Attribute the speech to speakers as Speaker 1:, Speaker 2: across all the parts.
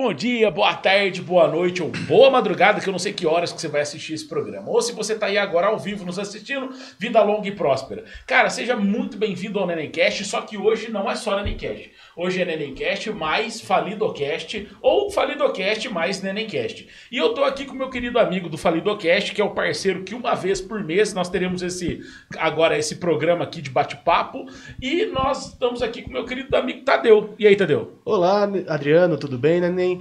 Speaker 1: bom dia, boa tarde, boa noite ou boa madrugada, que eu não sei que horas que você vai assistir esse programa. Ou se você tá aí agora ao vivo nos assistindo, vida longa e próspera. Cara, seja muito bem-vindo ao Nenemcast, só que hoje não é só Nenemcast. Hoje é Nenemcast mais Falidocast, ou Falidocast mais Nenemcast. E eu tô aqui com o meu querido amigo do Falidocast, que é o parceiro que uma vez por mês nós teremos esse programa aqui de bate-papo. E nós estamos aqui com o meu querido amigo Tadeu. E aí, Tadeu?
Speaker 2: Olá, Adriano, tudo bem, Neném?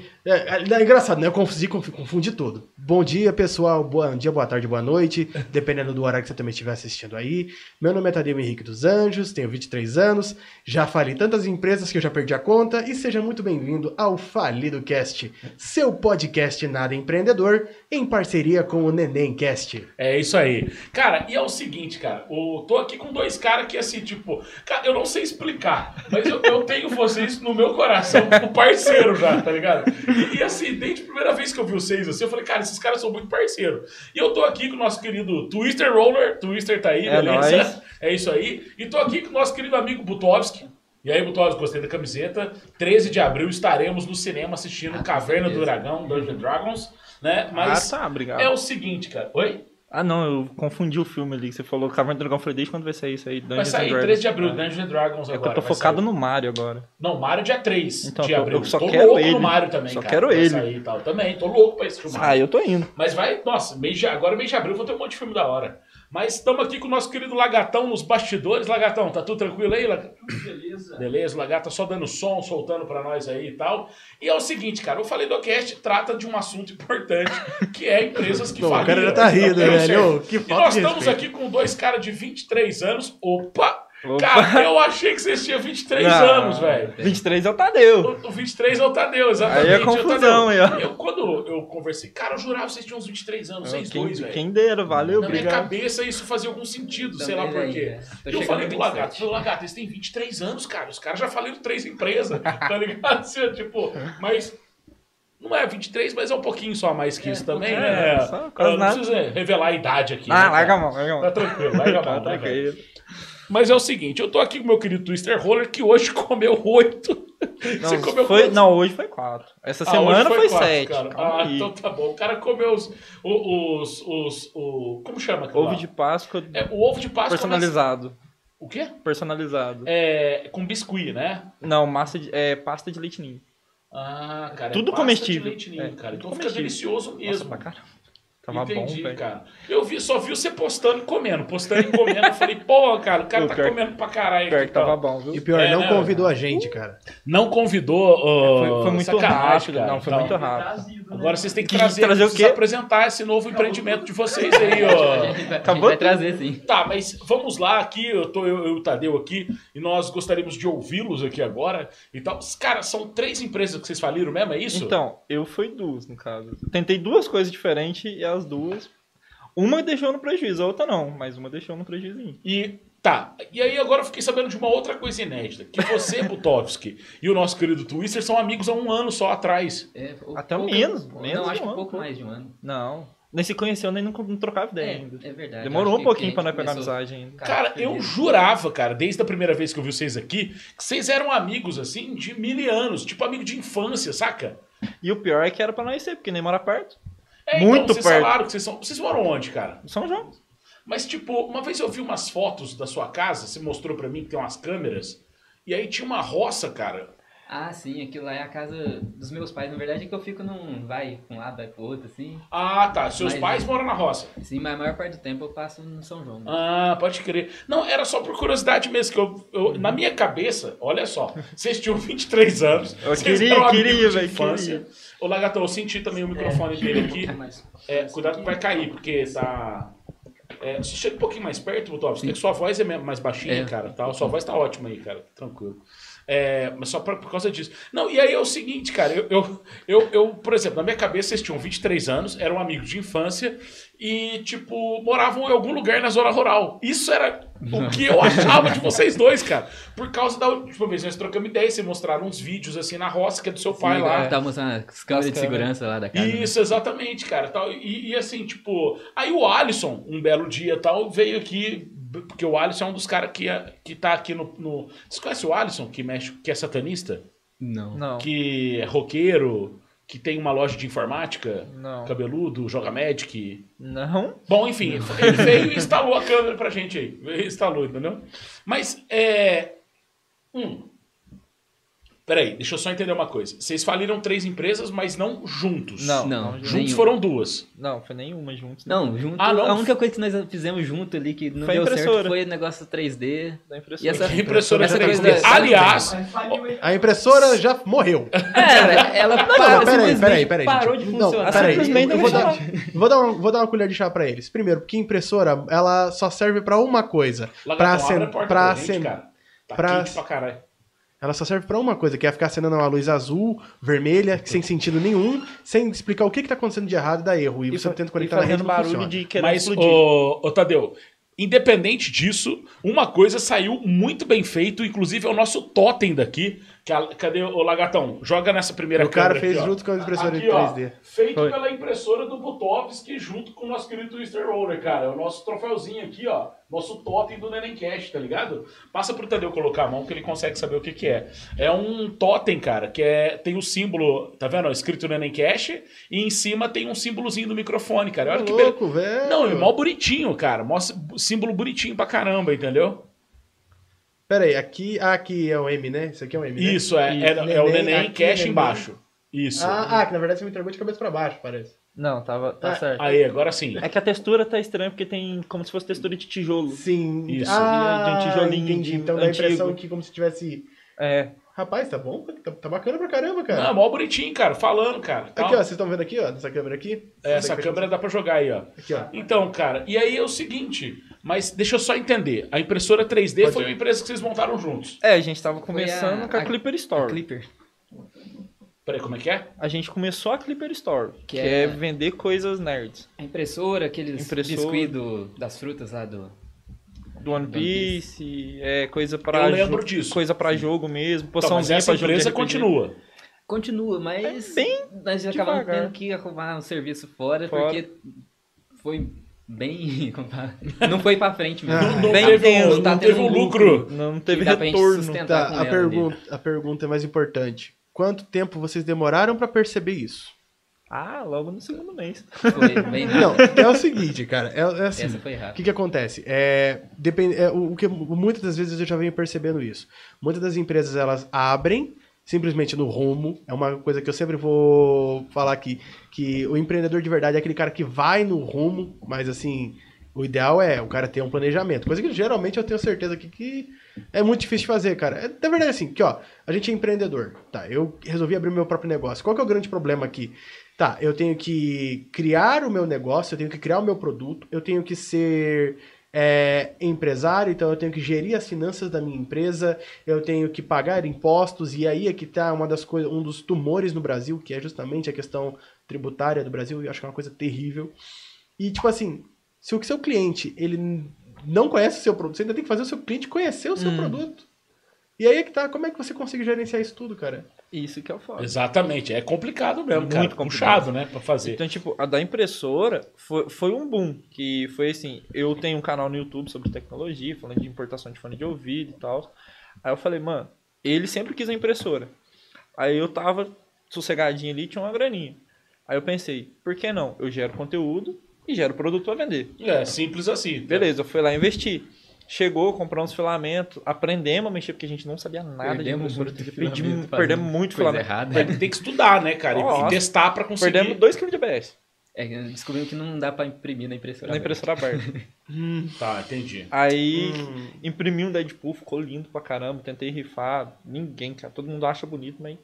Speaker 2: É engraçado, né? Eu confundi tudo. Bom dia, pessoal. Bom dia, boa tarde, boa noite. Dependendo do horário que você também estiver assistindo aí. Meu nome é Tadeu Henrique dos Anjos, tenho 23 anos. Já falei tantas empresas que eu já perdi a conta. E seja muito bem-vindo ao FalidoCast, seu podcast nada empreendedor, em parceria com o Nenemcast.
Speaker 1: É isso aí. Cara, e é o seguinte, cara. Eu tô aqui com dois caras que, assim, tipo... Cara, eu não sei explicar, mas eu tenho vocês no meu coração como parceiro já, tá ligado? E assim, desde a primeira vez que eu vi vocês, assim, eu falei, cara, esses caras são muito parceiros. E eu tô aqui com o nosso querido Twister Roller. Twister tá aí, beleza? Nóis. É isso aí. E tô aqui com o nosso querido amigo Butovski. E aí, Butovski, gostei da camiseta. 13 de abril estaremos no cinema assistindo Caverna do Dragão, Dungeons & Dragons, né? Mas
Speaker 3: tá, obrigado.
Speaker 1: É o seguinte, cara. Oi?
Speaker 3: Ah, não, eu confundi o filme ali. Você falou Caverna do Dragão. Eu falei, desde quando vai sair isso aí?
Speaker 1: Vai sair 13 de abril, Dungeons & Dragons agora.
Speaker 3: É que eu tô focado no Mario agora.
Speaker 1: Não, Mario dia 3
Speaker 3: então,
Speaker 1: de abril.
Speaker 3: Eu só
Speaker 1: tô
Speaker 3: quero
Speaker 1: louco
Speaker 3: ele.
Speaker 1: no Mario também,
Speaker 3: só
Speaker 1: cara.
Speaker 3: Quero
Speaker 1: vai
Speaker 3: ele.
Speaker 1: Sair e tal. Também, tô louco pra esse filme.
Speaker 3: Ah, eu tô indo.
Speaker 1: Mas vai, nossa, agora mês de abril vou ter um monte de filme da hora. Mas estamos aqui com o nosso querido Lagatão nos bastidores. Lagatão, tá tudo tranquilo aí?
Speaker 4: Beleza.
Speaker 1: Beleza, o Lagarto só dando som, soltando pra nós aí e tal. E é o seguinte, cara, o Falidocast trata de um assunto importante, que é empresas que faliram.
Speaker 2: O cara já tá rindo, velho. Que
Speaker 1: e nós estamos aqui com dois caras de 23 anos. Opa! Cara, eu achei que vocês tinham 23 anos, velho.
Speaker 3: 23 é o Tadeu.
Speaker 1: O 23 é o Tadeu, exatamente.
Speaker 3: Aí é confusão, aí, ó.
Speaker 1: Quando eu conversei, cara, eu jurava que vocês tinham uns 23 anos, vocês dois, velho.
Speaker 3: Quem dera, valeu,
Speaker 1: Na
Speaker 3: obrigado.
Speaker 1: minha cabeça isso fazia algum sentido, sei lá por quê. E eu falei pro Lagarto, eles têm 23 anos, cara, os caras já faliram 3 empresas, tá ligado? Assim, tipo, mas... Não é 23, mas é um pouquinho só a mais que isso também, né? Não precisa revelar a idade aqui.
Speaker 3: Ah,
Speaker 1: né,
Speaker 3: larga a mão.
Speaker 1: Tá tranquilo, larga a mão. Mas é o seguinte, eu tô aqui com o meu querido Twister Roller, que hoje comeu 8.
Speaker 3: Você comeu quantos? Não, hoje foi 4. Essa semana foi 7.
Speaker 1: Então tá bom. O cara comeu como chama aquilo
Speaker 3: Ovo de Páscoa.
Speaker 1: O ovo de Páscoa
Speaker 3: personalizado.
Speaker 1: O quê?
Speaker 3: Personalizado.
Speaker 1: Com biscuit, né?
Speaker 3: Não, pasta de leite ninho.
Speaker 1: Ah, cara.
Speaker 3: Tudo comestível.
Speaker 1: De leite ninho, cara. Então fica delicioso mesmo.
Speaker 3: Nossa, pra caramba. Tava
Speaker 1: Entendi,
Speaker 3: bom, velho.
Speaker 1: Cara. Eu só vi você postando e comendo. Eu falei, pô, cara, o cara tá comendo pra caralho.
Speaker 3: Pior que tava bom, viu?
Speaker 2: E pior, não convidou a gente, cara.
Speaker 1: Não convidou.
Speaker 3: Foi muito rápido.
Speaker 1: Cara.
Speaker 3: Não, foi muito rápido.
Speaker 1: Agora vocês têm que trazer
Speaker 3: o quê?
Speaker 1: Apresentar esse novo empreendimento de vocês aí, ó.
Speaker 4: A gente vai trazer, sim.
Speaker 1: Tá, mas vamos lá aqui, eu e o Tadeu aqui, e nós gostaríamos de ouvi-los aqui agora e tal. Cara, são 3 empresas que vocês faliram mesmo, é isso?
Speaker 3: Então, eu fui 2, no caso. Tentei 2 coisas diferentes e as 2... Uma deixou no prejuízo, a outra não, mas uma deixou no prejuízo.
Speaker 1: E aí agora eu fiquei sabendo de uma outra coisa inédita, que você, Butovski, e o nosso querido Twister são amigos há 1 ano só atrás.
Speaker 3: Até menos.
Speaker 4: Não, acho que um pouco mais de 1 ano.
Speaker 3: Não. Nem se conheceu, nem não trocava ideia ainda.
Speaker 4: É verdade.
Speaker 3: Demorou um pouquinho pra nós pegar amizade ainda.
Speaker 1: Cara, eu jurava, cara, desde a primeira vez que eu vi vocês aqui, que vocês eram amigos, assim, de 1000 anos, tipo amigo de infância, saca?
Speaker 3: E o pior é que era pra nós ser, porque nem mora perto.
Speaker 1: Muito então, vocês perto. Falaram que vocês moram onde, cara?
Speaker 3: São João.
Speaker 1: Mas, tipo, uma vez eu vi umas fotos da sua casa, você mostrou pra mim que tem umas câmeras, e aí tinha uma roça, cara.
Speaker 4: Ah, sim, aquilo lá é a casa dos meus pais. Na verdade é que eu fico vai pra um lado, vai pro outro, assim.
Speaker 1: Ah, tá. Seus pais moram na roça.
Speaker 4: Sim, mas a maior parte do tempo eu passo no São João. Né?
Speaker 1: Ah, pode crer. Não, era só por curiosidade mesmo, que eu na minha cabeça, olha só, vocês tinham 23 anos,
Speaker 3: eu
Speaker 1: vocês
Speaker 3: queria,
Speaker 1: de infância. Ô, Lagatão, eu senti também o microfone dele aqui. Cuidado que vai cair, porque tá... se chega um pouquinho mais perto, Butovski, porque sua voz é mais baixinha, cara. Tá? Sua voz tá ótima aí, cara. Tranquilo. Mas só por causa disso. Não, e aí é o seguinte, cara. Eu, por exemplo, na minha cabeça, vocês tinham 23 anos, eram amigos de infância e, tipo, moravam em algum lugar na zona rural. Isso era o que eu achava de vocês dois, cara. Por causa da última vez nós trocamos ideia, vocês mostraram uns vídeos assim na roça, que é do seu pai lá.
Speaker 4: Tava mostrando as câmeras de segurança lá da casa.
Speaker 1: Isso, exatamente, cara. Tal. E assim, tipo... Aí o Alisson, um belo dia tal, veio aqui... Porque o Alisson é um dos caras que tá aqui no... Você conhece o Alisson, que é satanista?
Speaker 4: Não.
Speaker 1: Que é roqueiro... que tem uma loja de informática,
Speaker 3: Não.
Speaker 1: cabeludo, joga Magic.
Speaker 3: Não.
Speaker 1: Bom, enfim, ele veio e instalou a câmera pra gente aí. Veio e instalou, entendeu? Mas, peraí, deixa eu só entender uma coisa. Vocês faliram 3 empresas, mas não juntos.
Speaker 4: Não,
Speaker 1: Juntos
Speaker 4: nenhum.
Speaker 1: foram 2.
Speaker 3: Não, foi nenhuma juntos.
Speaker 4: Não, junto.
Speaker 1: não.
Speaker 4: A única coisa que nós fizemos junto ali que não
Speaker 3: Foi a
Speaker 4: deu
Speaker 3: impressora.
Speaker 4: certo foi o negócio 3D.
Speaker 3: Da
Speaker 4: E
Speaker 3: impressora.
Speaker 4: essa
Speaker 1: Impressora
Speaker 4: essa
Speaker 1: já
Speaker 4: coisa
Speaker 1: tem.
Speaker 4: da-
Speaker 1: Aliás,
Speaker 2: A impressora já morreu.
Speaker 4: ela
Speaker 2: Peraí.
Speaker 4: parou de
Speaker 2: Não,
Speaker 4: funcionar.
Speaker 2: peraí.
Speaker 3: Simplesmente
Speaker 2: Eu
Speaker 3: não
Speaker 2: vou dar uma colher de chá pra eles. Primeiro, porque impressora, ela só serve pra uma coisa.
Speaker 1: Lagartão, abre a porta pra gente, cara. Tá
Speaker 2: pra-
Speaker 1: quente pra caralho.
Speaker 2: Ela só serve pra uma coisa, que é ficar acendendo uma luz azul, vermelha, sem sentido nenhum, sem explicar o que tá acontecendo de errado e dá erro. E você tenta conectar na rede,
Speaker 3: fazendo
Speaker 2: não
Speaker 3: barulho
Speaker 2: funciona.
Speaker 3: de querer
Speaker 1: Mas,
Speaker 3: explodir.
Speaker 1: ô Tadeu, independente disso, uma coisa saiu muito bem feito, inclusive é o nosso totem daqui. Cadê o Lagartão? Joga nessa primeira
Speaker 2: O cara
Speaker 1: câmera
Speaker 2: fez
Speaker 1: aqui, ó.
Speaker 2: junto com a impressora
Speaker 1: Aqui,
Speaker 2: em
Speaker 1: ó,
Speaker 2: 3D.
Speaker 1: feito
Speaker 3: Foi.
Speaker 1: pela impressora do Butovski junto com o nosso querido Twister Roller, cara. É o nosso troféuzinho aqui, ó. Nosso totem do Nenemcast, tá ligado? Passa pro Tadeu colocar a mão que ele consegue saber o que que é. É um totem, cara, que tem o símbolo, tá vendo? Ó, escrito Nenemcast e em cima tem um símbolozinho do microfone, cara. Olha que
Speaker 2: louco, velho.
Speaker 1: Não, é mó bonitinho, cara. Mó símbolo bonitinho pra caramba, entendeu?
Speaker 2: Pera aí, aqui é o M, né? Isso aqui é o M, né?
Speaker 1: Isso, é o
Speaker 2: Neném,
Speaker 1: Nenemcast
Speaker 2: aqui,
Speaker 1: embaixo. Isso.
Speaker 2: Que na verdade você me entregou de cabeça pra baixo, parece.
Speaker 3: Não, tá certo.
Speaker 1: Aí, agora sim.
Speaker 3: É que a textura tá estranha porque tem como se fosse textura de tijolo.
Speaker 2: Sim.
Speaker 1: Isso.
Speaker 3: De um tijolinho
Speaker 2: entendi.
Speaker 3: de
Speaker 2: Então dá a impressão
Speaker 3: antigo.
Speaker 2: que como se tivesse...
Speaker 3: É.
Speaker 2: Rapaz, tá bom? Tá bacana pra caramba, cara.
Speaker 1: Não, mó bonitinho, cara. Falando, cara.
Speaker 2: Aqui, ó, vocês estão vendo aqui, ó, nessa câmera aqui?
Speaker 1: Essa câmera dá pra jogar aí, ó.
Speaker 2: Aqui, ó.
Speaker 1: Então, cara, e aí é o seguinte, mas deixa eu só entender. A impressora 3D
Speaker 2: Pode
Speaker 1: foi
Speaker 2: ir.
Speaker 1: uma empresa que vocês montaram juntos.
Speaker 3: É, a gente tava começando com a
Speaker 4: a-
Speaker 3: Clipper Store.
Speaker 4: Clipper.
Speaker 1: Peraí, como é que é?
Speaker 3: A gente começou a Clipper Store, que
Speaker 4: Que
Speaker 3: é
Speaker 4: é-
Speaker 3: vender coisas nerds.
Speaker 4: A impressora, aqueles
Speaker 3: Impressora.
Speaker 4: biscuits das frutas lá do...
Speaker 3: Do One Piece, coisa
Speaker 1: Eu
Speaker 3: pra
Speaker 1: lembro disso.
Speaker 3: coisa pra jogo mesmo,
Speaker 1: Então, mas
Speaker 3: poçãozinha
Speaker 1: essa
Speaker 3: pra jogo de
Speaker 1: empresa
Speaker 3: RPG.
Speaker 1: continua.
Speaker 4: Continua, mas
Speaker 3: É bem
Speaker 4: nós acabamos
Speaker 3: devagar.
Speaker 4: tendo que arrumar um serviço fora,
Speaker 3: Fora.
Speaker 4: porque foi bem... como fala? Não foi pra frente mesmo.
Speaker 2: Ah,
Speaker 1: Não
Speaker 3: bem
Speaker 1: teve,
Speaker 3: tenso,
Speaker 1: não
Speaker 4: tá
Speaker 1: teve
Speaker 4: tendo
Speaker 1: um lucro.
Speaker 3: Não teve
Speaker 4: que dá pra gente
Speaker 3: retorno.
Speaker 4: sustentar com
Speaker 2: Tá,
Speaker 4: ela
Speaker 2: a pergunta é mais importante. Quanto tempo vocês demoraram pra perceber isso?
Speaker 3: Ah, logo no segundo mês.
Speaker 4: Foi bem
Speaker 2: Não,
Speaker 4: rápido.
Speaker 2: é o seguinte, cara. É assim.
Speaker 4: Essa foi
Speaker 2: O
Speaker 4: rápida.
Speaker 2: que acontece? O que muitas das vezes eu já venho percebendo isso. Muitas das empresas elas abrem simplesmente no rumo. É uma coisa que eu sempre vou falar aqui, que o empreendedor de verdade é aquele cara que vai no rumo, mas assim, o ideal é o cara ter um planejamento. Coisa que geralmente eu tenho certeza que é muito difícil de fazer, cara. Na verdade, assim, que ó, a gente é empreendedor. Tá, eu resolvi abrir o meu próprio negócio. Qual que é o grande problema aqui? Tá, eu tenho que criar o meu negócio, eu tenho que criar o meu produto, eu tenho que ser empresário, então eu tenho que gerir as finanças da minha empresa, eu tenho que pagar impostos, e aí é que tá um dos tumores no Brasil, que é justamente a questão tributária do Brasil, eu acho que é uma coisa terrível. E, tipo assim, se o seu cliente, ele não conhece o seu produto, você ainda tem que fazer o seu cliente conhecer o seu produto. E aí é que tá, como é que você consegue gerenciar isso tudo, cara?
Speaker 3: Isso que é o foda.
Speaker 1: Exatamente, é complicado mesmo,
Speaker 3: Muito
Speaker 1: cara.
Speaker 3: complicado.
Speaker 1: Puxado, né, pra fazer.
Speaker 3: Então, tipo, a da impressora foi um boom. Que foi assim, eu tenho um canal no YouTube sobre tecnologia, falando de importação de fone de ouvido e tal. Aí eu falei, mano, ele sempre quis a impressora. Aí eu tava sossegadinho ali, tinha uma graninha. Aí eu pensei, por que não? Eu gero conteúdo e gero produto pra vender.
Speaker 1: É, simples assim.
Speaker 3: Beleza, eu fui lá investir. Chegou, compramos filamentos, aprendemos a mexer, porque a gente não sabia nada
Speaker 4: Perdemos
Speaker 3: de impressora.
Speaker 4: muito filamento fazendo
Speaker 3: Perdemos muito
Speaker 4: coisa
Speaker 3: filamento.
Speaker 4: errada.
Speaker 1: Tem que estudar, né, cara? E
Speaker 3: Nossa.
Speaker 1: testar pra conseguir.
Speaker 3: Perdemos 2 kg de ABS
Speaker 4: Descobrimos que não dá pra imprimir na impressora.
Speaker 3: na impressora aberta.
Speaker 1: Tá, entendi.
Speaker 3: Aí imprimi um Deadpool, ficou lindo pra caramba. Tentei rifar, ninguém, cara. Todo mundo acha bonito, mas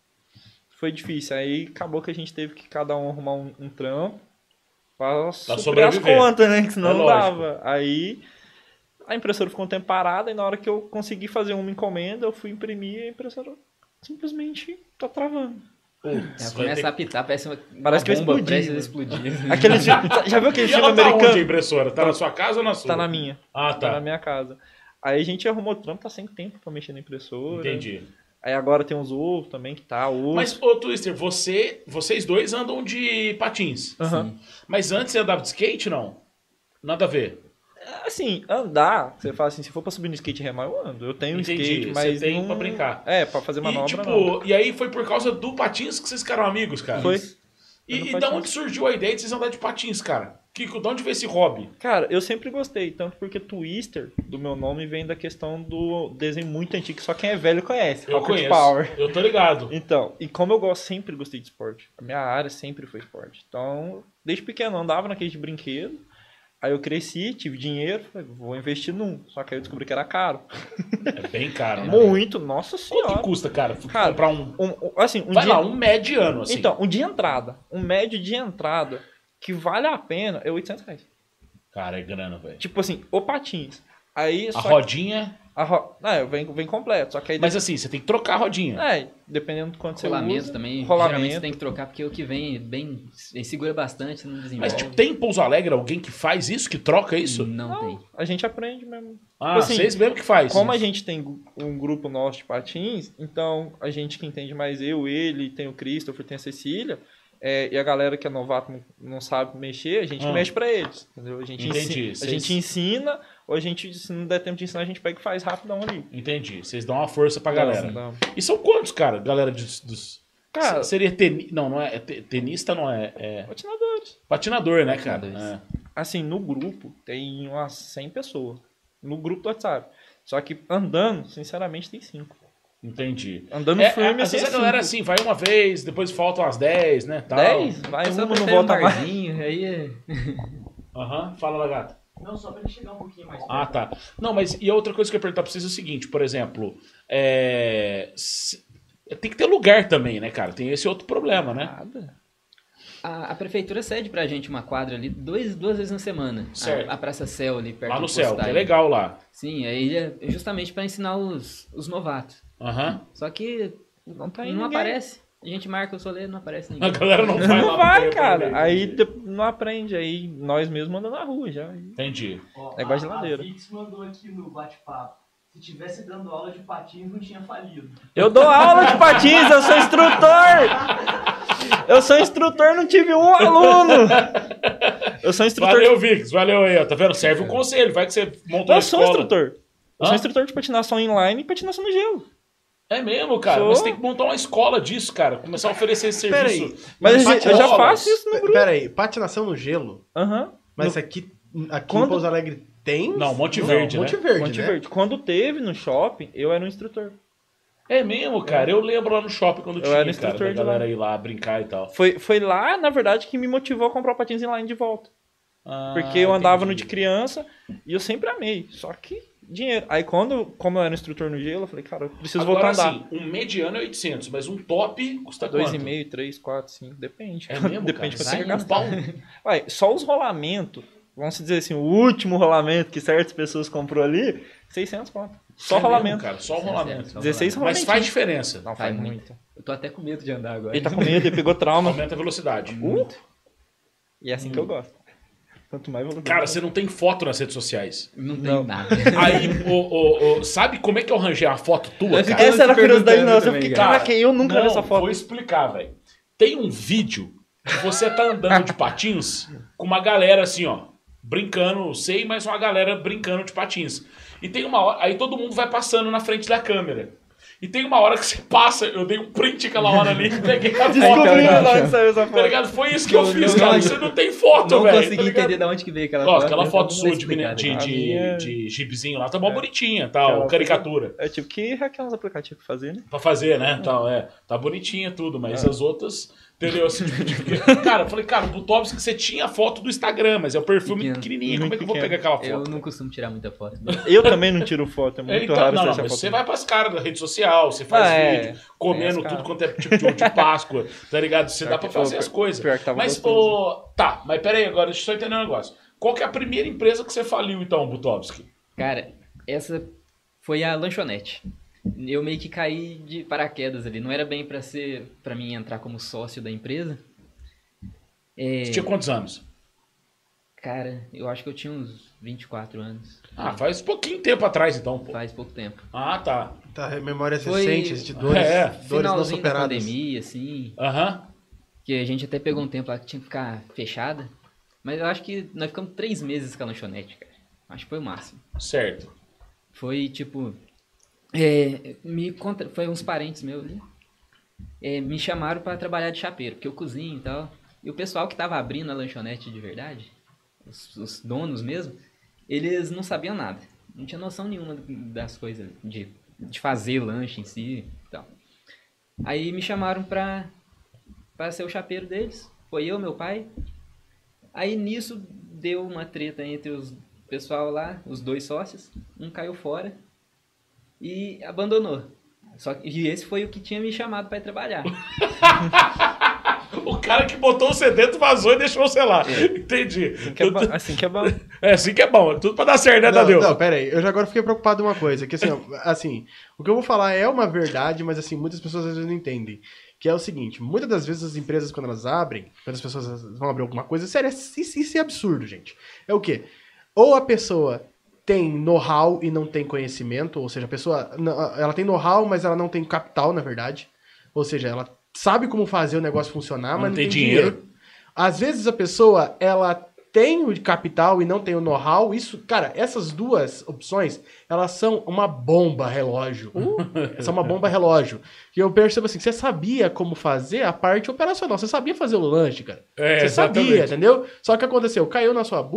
Speaker 3: foi difícil. Aí acabou que a gente teve que cada um arrumar um trampo pra suprir as
Speaker 1: sobreviver.
Speaker 3: contas, né? Que senão
Speaker 1: É
Speaker 3: não
Speaker 1: lógico.
Speaker 3: dava. Aí a impressora ficou um tempo parada e na hora que eu consegui fazer uma encomenda, eu fui imprimir e a impressora simplesmente tá travando.
Speaker 4: Ela começa a apitar, parece uma
Speaker 3: Parece que vai
Speaker 4: bomba
Speaker 3: explodir,
Speaker 4: prestes a
Speaker 3: né?
Speaker 4: explodir.
Speaker 3: Aquele já viu aquele
Speaker 1: E
Speaker 3: filme
Speaker 1: ela tá onde, a
Speaker 3: americano?
Speaker 1: impressora? Tá na sua casa ou na sua?
Speaker 3: Tá na minha.
Speaker 1: Ah,
Speaker 3: Tá na
Speaker 1: tá.
Speaker 3: minha casa. Aí a gente arrumou o trampo, tá sem tempo pra mexer na impressora.
Speaker 1: Entendi.
Speaker 3: Aí agora tem uns ovos também, que tá ovo.
Speaker 1: Mas, ô Twister, vocês dois andam de patins.
Speaker 3: Aham.
Speaker 1: Mas antes você andava de skate, não? Nada a ver.
Speaker 3: Assim, andar, você fala assim, se for pra subir no skate e remar, eu ando. Eu tenho um skate, mas
Speaker 1: você tem
Speaker 3: não...
Speaker 1: pra brincar.
Speaker 3: Pra fazer manobra,
Speaker 1: e, tipo,
Speaker 3: não.
Speaker 1: E aí foi por causa do patins que vocês ficaram amigos, cara?
Speaker 3: Foi.
Speaker 1: E da onde surgiu a ideia de vocês andarem de patins, cara? De onde veio esse hobby?
Speaker 3: Cara, eu sempre gostei, tanto porque Twister, do meu nome, vem da questão do desenho muito antigo, que só quem é velho conhece.
Speaker 1: Eu
Speaker 3: Rocket
Speaker 1: conheço,
Speaker 3: Power.
Speaker 1: eu tô ligado.
Speaker 3: Então, e como eu sempre gostei de esporte, a minha área sempre foi esporte. Então, desde pequeno, eu andava naquele de brinquedo. Aí eu cresci, tive dinheiro, falei, vou investir num. Só que aí eu descobri que era caro.
Speaker 1: É bem caro, né?
Speaker 3: Muito, nossa senhora.
Speaker 1: Quanto que custa, cara,
Speaker 3: Cara,
Speaker 1: comprar um...
Speaker 3: Vai
Speaker 1: lá, um mediano, assim.
Speaker 3: Então, um de entrada. Um médio de entrada que vale a pena é R$800.
Speaker 1: Cara, é grana, velho.
Speaker 3: Tipo assim, o patins. Aí,
Speaker 1: A rodinha...
Speaker 3: vem completo. Só que aí
Speaker 1: Mas assim, você tem que trocar a rodinha.
Speaker 3: Dependendo do quanto você
Speaker 4: Rolamento
Speaker 3: usa.
Speaker 4: também,
Speaker 3: Rolamento.
Speaker 4: geralmente você tem que trocar, porque o que vem ele segura bastante, você não desenvolve.
Speaker 1: Mas tipo, tem em Pouso Alegre alguém que faz isso, que troca isso?
Speaker 4: Não tem.
Speaker 3: A gente aprende mesmo.
Speaker 1: Ah,
Speaker 3: assim,
Speaker 1: vocês mesmo que faz.
Speaker 3: Como a gente tem um grupo nosso de patins, então a gente que entende mais ele, tem o Christopher, tem a Cecília, e a galera que é novato não sabe mexer, a gente mexe pra eles. Entendeu? A gente ensina, ou a gente, se não der tempo de ensinar, a gente pega e faz rapidão ali.
Speaker 1: Entendi. Vocês dão uma força pra galera.
Speaker 3: Não.
Speaker 1: E são quantos, cara? Galera dos...
Speaker 3: Cara,
Speaker 1: seria não é tenista, não é...
Speaker 3: patinadores.
Speaker 1: Patinador, né, cara?
Speaker 4: Patinadores.
Speaker 3: Assim, no grupo tem umas 100 pessoas. No grupo do WhatsApp. Só que andando, sinceramente, tem 5.
Speaker 1: Entendi.
Speaker 3: Andando firme,
Speaker 1: às vezes a galera assim, vai uma vez, depois faltam umas 10, né? Tal.
Speaker 3: 10? Vai
Speaker 4: Só
Speaker 3: uma,
Speaker 4: pra
Speaker 3: não
Speaker 4: ter
Speaker 3: volta
Speaker 4: um
Speaker 3: mais.
Speaker 4: barzinho, aí
Speaker 1: Fala, Lagarto.
Speaker 5: Não, só pra ele chegar um pouquinho mais perto.
Speaker 1: Ah, tá. Não, mas e a outra coisa que eu ia perguntar pra vocês é o seguinte, por exemplo, tem que ter lugar também, né, cara? Tem esse outro problema, né?
Speaker 3: Nada.
Speaker 4: a prefeitura cede pra gente uma quadra ali duas vezes na semana.
Speaker 1: Certo.
Speaker 4: A Praça Céu ali perto
Speaker 1: Lá
Speaker 4: do
Speaker 1: no céu, que é
Speaker 4: Postai.
Speaker 1: legal lá.
Speaker 4: Sim, aí é justamente pra ensinar os novatos.
Speaker 1: Aham.
Speaker 4: Só que
Speaker 3: Não tá indo
Speaker 4: não
Speaker 3: ninguém.
Speaker 4: aparece. A gente marca o solê, não aparece ninguém.
Speaker 1: A galera não vai lá.
Speaker 3: Não vai,
Speaker 1: pra
Speaker 3: cara.
Speaker 1: ver.
Speaker 3: Aí não aprende. Aí nós mesmos andamos na rua já.
Speaker 1: Entendi.
Speaker 5: Ó,
Speaker 3: É igual geladeira.
Speaker 5: A Vix mandou aqui no bate-papo. Se tivesse dando aula de patins, não tinha falido.
Speaker 3: Eu dou aula de patins, eu sou instrutor! Eu sou instrutor, não tive um aluno! Eu sou instrutor.
Speaker 1: Valeu, Vix. Valeu aí, ó. Tá vendo? Serve o conselho. Vai que você monta uma
Speaker 3: Eu sou
Speaker 1: escola.
Speaker 3: instrutor. Eu
Speaker 1: Hã?
Speaker 3: sou instrutor de patinação inline e patinação no gelo.
Speaker 1: É mesmo, cara.
Speaker 3: Sou.
Speaker 1: Mas tem que montar uma escola disso, cara. Começar a oferecer esse
Speaker 2: Peraí.
Speaker 1: serviço.
Speaker 3: Mas eu já
Speaker 1: Patinolas.
Speaker 3: faço isso no grupo.
Speaker 2: Peraí, patinação no gelo?
Speaker 3: Aham.
Speaker 2: Mas aqui em
Speaker 3: Quando-
Speaker 2: Pouso Alegre tem?
Speaker 1: Não, Monte Verde, né?
Speaker 2: Monte Verde,
Speaker 3: Monte
Speaker 2: né?
Speaker 3: Verde. Quando teve no shopping, eu era um instrutor.
Speaker 1: É mesmo, cara. Eu lembro lá no shopping quando tinha,
Speaker 3: era
Speaker 1: cara,
Speaker 3: instrutor
Speaker 1: da
Speaker 3: de
Speaker 1: galera
Speaker 3: lá.
Speaker 1: ir lá brincar e tal.
Speaker 3: Foi lá, na verdade, que me motivou a comprar o patins inline de volta.
Speaker 1: Ah,
Speaker 3: Porque eu andava no
Speaker 1: entendi.
Speaker 3: de criança e eu sempre amei. Só que dinheiro. Aí como eu era instrutor no gelo, eu falei, cara, eu preciso
Speaker 1: Agora,
Speaker 3: voltar a andar.
Speaker 1: assim, um mediano é 800, mas um top custa quanto?
Speaker 3: 2,5, 3, 4, 5, depende.
Speaker 1: É mesmo,
Speaker 3: Depende de
Speaker 1: cara?
Speaker 3: quanto você quer
Speaker 1: Sai um
Speaker 3: gastar.
Speaker 1: pau.
Speaker 3: Ué, só os rolamentos, vamos dizer assim, o último rolamento que certas pessoas comprou ali, 600 conto. Só
Speaker 1: É mesmo,
Speaker 3: rolamento.
Speaker 1: cara. Só o rolamento.
Speaker 4: Só
Speaker 3: 16
Speaker 1: Mas
Speaker 3: rolamentos.
Speaker 1: faz diferença.
Speaker 3: Não,
Speaker 4: Faz
Speaker 3: faz
Speaker 4: muito.
Speaker 3: muito.
Speaker 4: Eu tô até com medo de andar agora.
Speaker 3: Ele tá com medo, ele pegou trauma.
Speaker 1: Aumenta a velocidade.
Speaker 3: E é assim que eu gosto. Quanto mais velocidade.
Speaker 1: Cara, você não tem foto nas redes sociais.
Speaker 4: Não tem
Speaker 3: Não.
Speaker 4: nada.
Speaker 1: Aí, sabe como é que eu arranjei a foto tua,
Speaker 4: Eu fiquei-
Speaker 1: cara?
Speaker 3: Essa era a
Speaker 4: se
Speaker 3: curiosidade
Speaker 4: perguntando
Speaker 3: nossa. Eu
Speaker 4: também,
Speaker 3: fiquei,
Speaker 1: cara.
Speaker 3: caraca, eu nunca vi essa foto.
Speaker 1: Vou explicar, velho. Tem um vídeo que você tá andando de patins com uma galera assim, ó, brincando, sei, mas uma galera brincando de patins. E tem uma hora, aí todo mundo vai passando na frente da câmera. E tem uma hora que você passa, eu dei um print aquela hora ali, peguei a foto,
Speaker 3: Descobri
Speaker 1: tá
Speaker 3: de onde saiu essa
Speaker 1: Tá
Speaker 3: foto.
Speaker 1: ligado? Foi isso que eu
Speaker 4: Eu
Speaker 1: fiz,
Speaker 4: não-
Speaker 1: cara. Você não tem foto,
Speaker 4: Não
Speaker 1: velho.
Speaker 4: consegui
Speaker 1: tá ligado?
Speaker 4: entender de onde que veio aquela
Speaker 1: Ó,
Speaker 4: foto.
Speaker 1: aquela
Speaker 4: mas
Speaker 1: foto
Speaker 4: tá
Speaker 1: sua de,
Speaker 4: explicado.
Speaker 1: de gibizinho lá, tá mó bonitinha, tal,
Speaker 3: Aquela
Speaker 1: caricatura.
Speaker 3: Eu tive que hackear uns aplicativos pra fazer, né?
Speaker 1: Pra fazer, né? Então, tá bonitinha tudo, mas as outras, entendeu? Assim, cara, eu falei, cara, o Butovski você tinha a foto do Instagram, mas é o perfil muito
Speaker 4: Pequeno.
Speaker 1: pequenininho, como é que eu
Speaker 3: Muito
Speaker 1: vou pegar aquela
Speaker 4: Eu
Speaker 1: foto?
Speaker 4: não costumo tirar muita foto.
Speaker 3: Eu também não tiro foto, é muito
Speaker 1: Então,
Speaker 3: raro
Speaker 1: não,
Speaker 3: você
Speaker 1: não,
Speaker 3: achar
Speaker 1: mas
Speaker 3: foto.
Speaker 1: você vai pras caras da rede social, você faz vídeo, comendo
Speaker 3: as
Speaker 1: tudo
Speaker 3: caras.
Speaker 1: quanto é tipo de Páscoa, tá ligado? Você dá pra fazer as coisas.
Speaker 3: pior que tava
Speaker 1: Mas,
Speaker 3: gostoso.
Speaker 1: tá, mas peraí agora, deixa eu só entender um negócio. Qual que é a primeira empresa que você faliu, então, Butovski?
Speaker 4: Cara, essa foi a lanchonete. Eu meio que caí de paraquedas ali. Não era bem pra mim entrar como sócio da empresa.
Speaker 1: Você tinha quantos anos?
Speaker 4: Cara, eu acho que eu tinha uns 24 anos.
Speaker 1: Ah, faz pouquinho tempo atrás, então, pô.
Speaker 4: Faz pouco tempo.
Speaker 1: Ah, tá.
Speaker 2: Tá, memórias
Speaker 4: Foi-
Speaker 2: recentes de dores,
Speaker 1: É,
Speaker 2: dores não
Speaker 4: Finalzinho da
Speaker 2: superadas.
Speaker 4: pandemia, assim.
Speaker 1: Aham.
Speaker 4: Que a gente até pegou um tempo lá que tinha que ficar fechada. Mas eu acho que nós ficamos 3 meses com a lanchonete, cara. Acho que foi o máximo.
Speaker 1: Certo.
Speaker 4: Foi tipo... Foi uns parentes meus ali. Me chamaram pra trabalhar de chapeiro, porque eu cozinho e tal. E o pessoal que tava abrindo a lanchonete de verdade, os donos mesmo, eles não sabiam nada. Não tinha noção nenhuma das coisas, de fazer lanche em si e tal. Aí me chamaram pra ser o chapeiro deles. Foi eu, meu pai. Aí nisso deu uma treta entre os pessoal lá, os 2 sócios. Um caiu fora e abandonou. E esse foi o que tinha me chamado pra ir trabalhar.
Speaker 1: O cara que botou você dentro, vazou e deixou você lá. Entendi.
Speaker 3: Assim que é bom.
Speaker 1: Assim que é bom. Tudo pra dar certo, né, Tadeu?
Speaker 2: Não, pera aí. Eu já agora fiquei preocupado com uma coisa. Que assim, o que eu vou falar é uma verdade, mas assim, muitas pessoas às vezes não entendem. Que é o seguinte, muitas das vezes as empresas, quando elas abrem, quando as pessoas vão abrir alguma coisa, sério, isso é absurdo, gente. É o quê? Ou a pessoa tem know-how e não tem conhecimento, ou seja, a pessoa, ela tem know-how, mas ela não tem capital, na verdade. Ou seja, ela sabe como fazer o negócio funcionar, mas não tem dinheiro. Às vezes a pessoa, ela tem o capital e não tem o know-how. Isso, cara, essas duas opções, elas são uma bomba relógio. São uma bomba relógio. E eu percebo assim, você sabia como fazer a parte operacional. Você sabia fazer o lanche, cara. Você sabia, entendeu? Só que aconteceu, caiu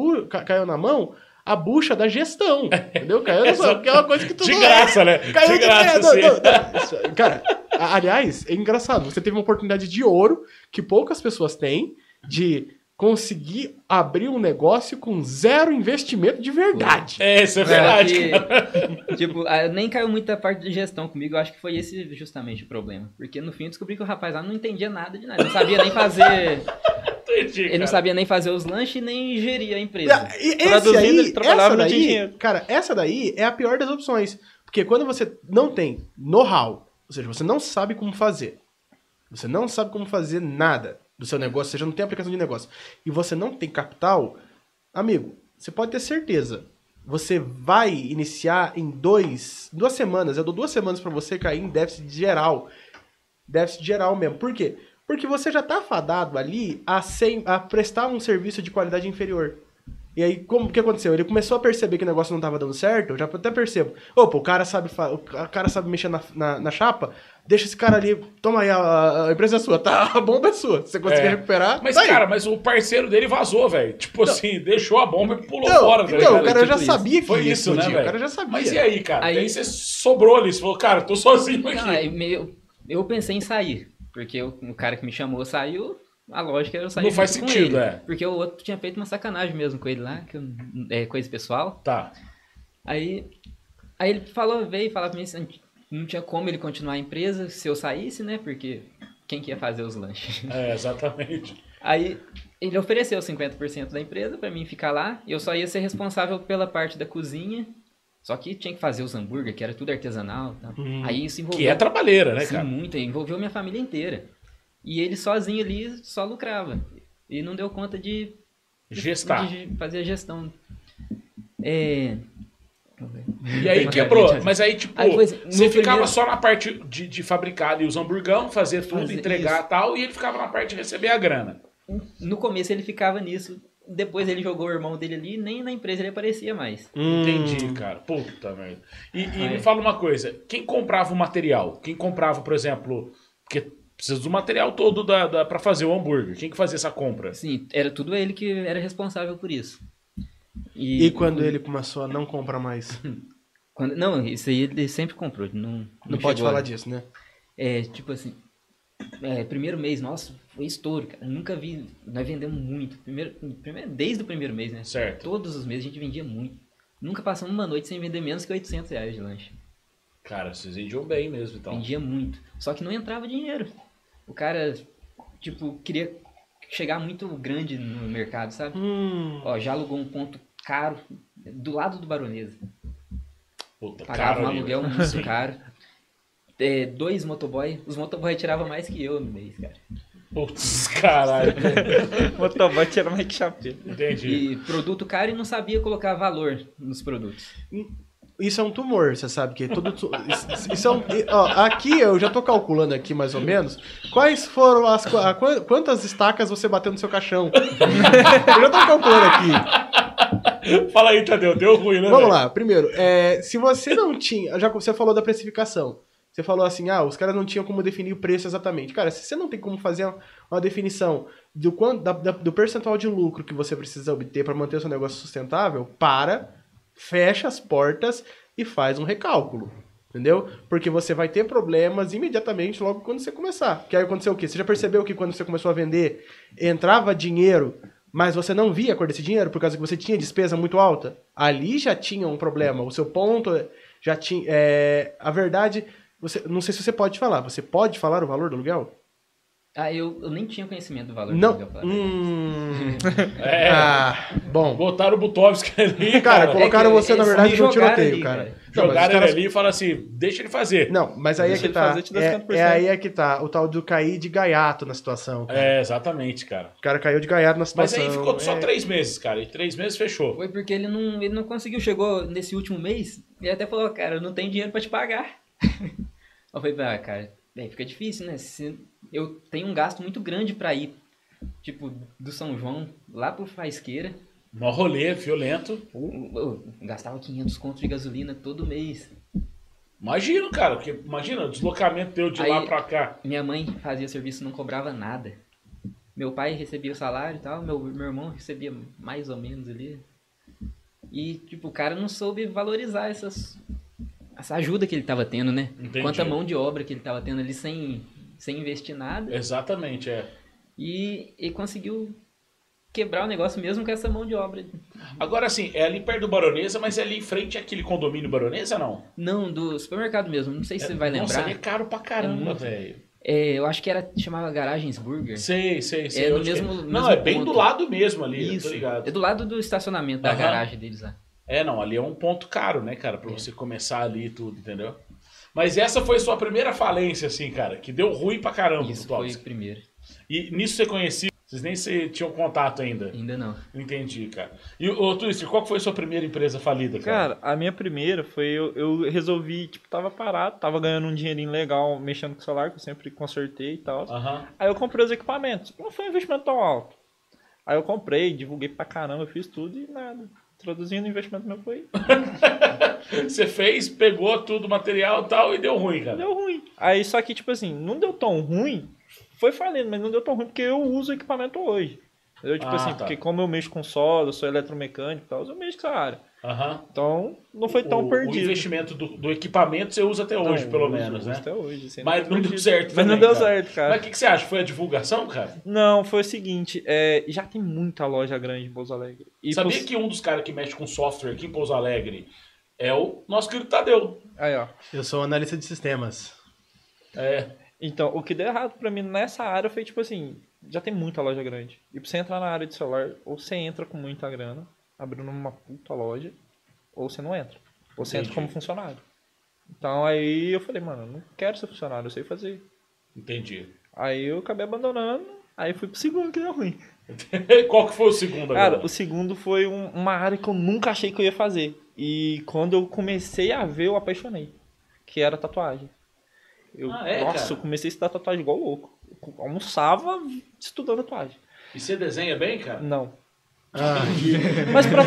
Speaker 2: na mão a bucha da gestão, entendeu? Caiu na sua, que é uma coisa que tu
Speaker 1: de graça, né?
Speaker 2: Caiu
Speaker 1: de graça,
Speaker 2: não. Cara, aliás, é engraçado. Você teve uma oportunidade de ouro que poucas pessoas têm de conseguir abrir um negócio com 0 investimento de verdade.
Speaker 1: Isso é verdade.
Speaker 4: Tipo, nem caiu muita parte de gestão comigo. Eu acho que foi esse justamente o problema. Porque no fim eu descobri que o rapaz lá não entendia nada de nada. Não sabia nem fazer... Ele não sabia nem fazer os lanches e nem gerir a empresa.
Speaker 2: Ele trabalhava no dinheiro. Cara, essa daí é a pior das opções. Porque quando você não tem know-how, ou seja, você não sabe como fazer, você não sabe como fazer nada do seu negócio, ou seja, não tem aplicação de negócio, e você não tem capital, amigo, você pode ter certeza, você vai iniciar em 2 semanas, eu dou 2 semanas para você cair em déficit geral mesmo. Por quê? Porque você já tá fadado ali a prestar um serviço de qualidade inferior. E aí, o que aconteceu? Ele começou a perceber que o negócio não tava dando certo, eu já até percebo. Opa, o cara sabe mexer na chapa, deixa esse cara ali, toma aí, a empresa é sua, tá? A bomba é sua. Se você conseguir recuperar,
Speaker 1: mas,
Speaker 2: tá
Speaker 1: cara,
Speaker 2: aí.
Speaker 1: mas o parceiro dele vazou, velho. Tipo assim, deixou a bomba e pulou fora, velho.
Speaker 2: Então, o cara já sabia que
Speaker 1: foi isso, né, velho?
Speaker 2: O cara já sabia.
Speaker 1: Mas e aí, cara? Aí você sobrou ali, você falou, cara, tô sozinho aqui.
Speaker 4: Não, eu pensei em sair, porque o cara que me chamou saiu... A lógica era eu sair.
Speaker 1: Não faz sentido,
Speaker 4: Porque o outro tinha feito uma sacanagem mesmo com ele lá, coisa pessoal.
Speaker 1: Tá.
Speaker 4: Aí ele veio falar pra mim assim, não tinha como ele continuar a empresa se eu saísse, né? Porque quem que ia fazer os lanches?
Speaker 1: Exatamente.
Speaker 4: Aí ele ofereceu 50% da empresa pra mim ficar lá, e eu só ia ser responsável pela parte da cozinha. Só que tinha que fazer os hambúrguer, que era tudo artesanal. Tá? Aí isso envolveu...
Speaker 1: Que é trabalheira, né,
Speaker 4: sim,
Speaker 1: cara?
Speaker 4: Muito, envolveu minha família inteira. E ele sozinho ali só lucrava. E não deu conta de fazer a gestão.
Speaker 1: E aí quebrou. Mas aí, tipo, aí você ficava só na parte de fabricar ali os hamburgão, fazer tudo, entregar e tal, e ele ficava na parte de receber a grana.
Speaker 4: No começo ele ficava nisso. Depois ele jogou o irmão dele ali, nem na empresa ele aparecia mais.
Speaker 1: Entendi, cara. Puta merda. E me fala uma coisa. Quem comprava o material? Quem comprava, por exemplo... Porque precisa do material todo pra fazer o hambúrguer. Quem que fazia essa compra?
Speaker 4: Sim, era tudo ele que era responsável por isso.
Speaker 2: E quando ele começou a não comprar mais?
Speaker 4: Não, isso aí ele sempre comprou. Não
Speaker 2: pode falar disso, né?
Speaker 4: Tipo assim... primeiro mês, nossa, foi estouro, cara. Nunca vi... Nós vendemos muito. Desde o primeiro mês, né?
Speaker 1: Certo.
Speaker 4: Todos os meses a gente vendia muito. Nunca passamos uma noite sem vender menos que R$800 de lanche.
Speaker 1: Cara, vocês vendiam bem mesmo, então.
Speaker 4: Vendia muito. Só que não entrava dinheiro. O cara, tipo, queria chegar muito grande no mercado, sabe? Ó, já alugou um ponto caro do lado do Baronesa.
Speaker 1: Puta,
Speaker 4: pagava um aluguel muito caro. 2 motoboy. Os motoboy tiravam mais que eu no mês, cara.
Speaker 1: Putz, caralho.
Speaker 3: Motoboy tira mais que chapéu.
Speaker 1: Entendi.
Speaker 4: E produto caro e não sabia colocar valor nos produtos.
Speaker 2: Isso é um tumor, você sabe que tudo... Isso é aqui, eu já tô calculando aqui mais ou menos, quais foram quantas estacas você bateu no seu caixão. Eu já tô calculando aqui.
Speaker 1: Fala aí, Tadeu, deu ruim, né?
Speaker 2: Vamos
Speaker 1: velho?
Speaker 2: lá, primeiro, se você não tinha, já que você falou da precificação, você falou assim, os caras não tinham como definir o preço exatamente. Cara, se você não tem como fazer uma definição do quanto do percentual de lucro que você precisa obter para manter o seu negócio sustentável, fecha as portas e faz um recálculo. Entendeu? Porque você vai ter problemas imediatamente logo quando você começar. Que aí aconteceu o quê? Você já percebeu que quando você começou a vender, entrava dinheiro, mas você não via a cor desse dinheiro por causa que você tinha despesa muito alta? Ali já tinha um problema. O seu ponto já tinha... a verdade, não sei se você pode falar. Você pode falar o valor do aluguel?
Speaker 4: Eu nem tinha conhecimento do valor
Speaker 2: Não.
Speaker 4: do aluguel.
Speaker 2: Bom.
Speaker 1: Botaram o Butovski ali,
Speaker 2: Cara, colocaram você, na verdade, no tiroteio,
Speaker 4: ali,
Speaker 2: cara.
Speaker 1: Jogaram ele ali e falaram assim, deixa ele fazer.
Speaker 2: Não, mas aí
Speaker 3: Deixa
Speaker 2: é que
Speaker 3: ele
Speaker 2: tá.
Speaker 3: fazer, te dá 50%.
Speaker 2: Aí é que tá. O tal do cair de gaiato na situação, cara.
Speaker 1: É, exatamente, cara.
Speaker 2: O cara caiu de gaiato na
Speaker 1: Mas
Speaker 2: situação.
Speaker 1: aí ficou só 3 meses, cara. E 3 meses fechou.
Speaker 4: Foi porque ele não conseguiu. Chegou nesse último mês e até falou, cara, eu não tenho dinheiro pra te pagar. Eu falei, cara, fica difícil, né? Eu tenho um gasto muito grande pra ir, tipo, do São João lá pro Faisqueira.
Speaker 1: Mó rolê, violento.
Speaker 4: Eu gastava 500 conto de gasolina todo mês.
Speaker 1: Imagina, cara. Porque imagina o deslocamento teu de
Speaker 4: Aí,
Speaker 1: lá pra cá.
Speaker 4: Minha mãe fazia serviço e não cobrava nada. Meu pai recebia o salário e tal, meu irmão recebia mais ou menos ali. E, tipo, o cara não soube valorizar essa ajuda que ele tava tendo, né?
Speaker 1: Entendi.
Speaker 4: Quanta mão de obra que ele tava tendo ali sem investir nada.
Speaker 1: Exatamente, é.
Speaker 4: E ele conseguiu quebrar o negócio mesmo com essa mão de obra.
Speaker 1: Agora, assim, é ali perto do Baronesa, mas é ali em frente àquele condomínio Baronesa, não?
Speaker 4: Não, do supermercado mesmo. Não sei se você vai lembrar.
Speaker 1: Nossa, ali é caro pra caramba,
Speaker 4: muito.
Speaker 1: velho.
Speaker 4: Eu acho que chamava Garagens Burger.
Speaker 1: Sei.
Speaker 4: É no
Speaker 1: onde que
Speaker 4: mesmo-
Speaker 1: Não,
Speaker 4: mesmo
Speaker 1: é bem
Speaker 4: ponto.
Speaker 1: do lado mesmo ali,
Speaker 4: Isso.
Speaker 1: eu tô ligado.
Speaker 4: É do lado do estacionamento da
Speaker 1: Aham.
Speaker 4: garagem deles lá.
Speaker 1: Não, ali é um ponto caro, né, cara, pra você começar ali e tudo, entendeu? Mas essa foi sua primeira falência, assim, cara, que deu ruim pra caramba.
Speaker 4: Isso
Speaker 1: Butovski.
Speaker 4: foi o primeiro.
Speaker 1: E nisso você conhecia, vocês nem tinham contato ainda.
Speaker 4: Ainda não.
Speaker 1: Entendi, cara. E, ô Twister, qual que foi a sua primeira empresa falida, cara?
Speaker 3: Cara, a minha primeira foi eu resolvi, tipo, tava parado, tava ganhando um dinheirinho legal mexendo com o celular, que eu sempre consertei e tal.
Speaker 1: Aham.
Speaker 3: Aí eu comprei os equipamentos. Não foi um investimento tão alto. Aí eu comprei, divulguei pra caramba, fiz tudo e nada. Traduzindo o investimento meu foi.
Speaker 1: Você fez, pegou tudo, material e tal, e deu ruim, cara.
Speaker 3: Deu ruim. Aí só que, tipo assim, não deu tão ruim. Foi falido, mas não deu tão ruim porque eu uso o equipamento hoje. Entendeu? Tipo assim,
Speaker 1: tá.
Speaker 3: porque como eu mexo com solda, sou eletromecânico e tal, eu mexo com essa área.
Speaker 1: Aham.
Speaker 3: Então, não foi tão
Speaker 1: O
Speaker 3: perdido.
Speaker 1: investimento do equipamento você usa até hoje,
Speaker 3: Não,
Speaker 1: pelo
Speaker 3: eu
Speaker 1: menos,
Speaker 3: uso
Speaker 1: né?
Speaker 3: Até hoje. Assim,
Speaker 1: Mas
Speaker 3: foi
Speaker 1: não deu
Speaker 3: perdido.
Speaker 1: certo
Speaker 3: Mas
Speaker 1: também,
Speaker 3: não deu
Speaker 1: cara.
Speaker 3: certo, cara.
Speaker 1: Mas o que você acha? Foi a divulgação, cara?
Speaker 3: Não, foi o seguinte, já tem muita loja grande em Pouso Alegre. E
Speaker 1: Sabia que um dos caras que mexe com software aqui em Pouso Alegre é o nosso querido Tadeu.
Speaker 3: Aí, ó.
Speaker 2: Eu sou analista de sistemas.
Speaker 3: Então, o que deu errado pra mim nessa área foi, tipo assim, já tem muita loja grande. E pra você entrar na área de celular, ou você entra com muita grana, abrindo uma puta loja, ou você não entra. Ou você entra como funcionário. Então aí eu falei, mano, eu não quero ser funcionário, eu sei fazer.
Speaker 1: Entendi.
Speaker 3: Aí eu acabei abandonando, aí fui pro segundo que deu ruim.
Speaker 1: Qual que foi o segundo agora?
Speaker 3: Cara, o segundo foi uma área que eu nunca achei que eu ia fazer. E quando eu comecei a ver, eu apaixonei. Que era tatuagem.
Speaker 1: Cara?
Speaker 3: Eu comecei a estudar tatuagem igual louco. Eu almoçava estudando tatuagem.
Speaker 1: E você desenha bem, cara?
Speaker 3: Não.
Speaker 2: Ai.
Speaker 3: Mas pra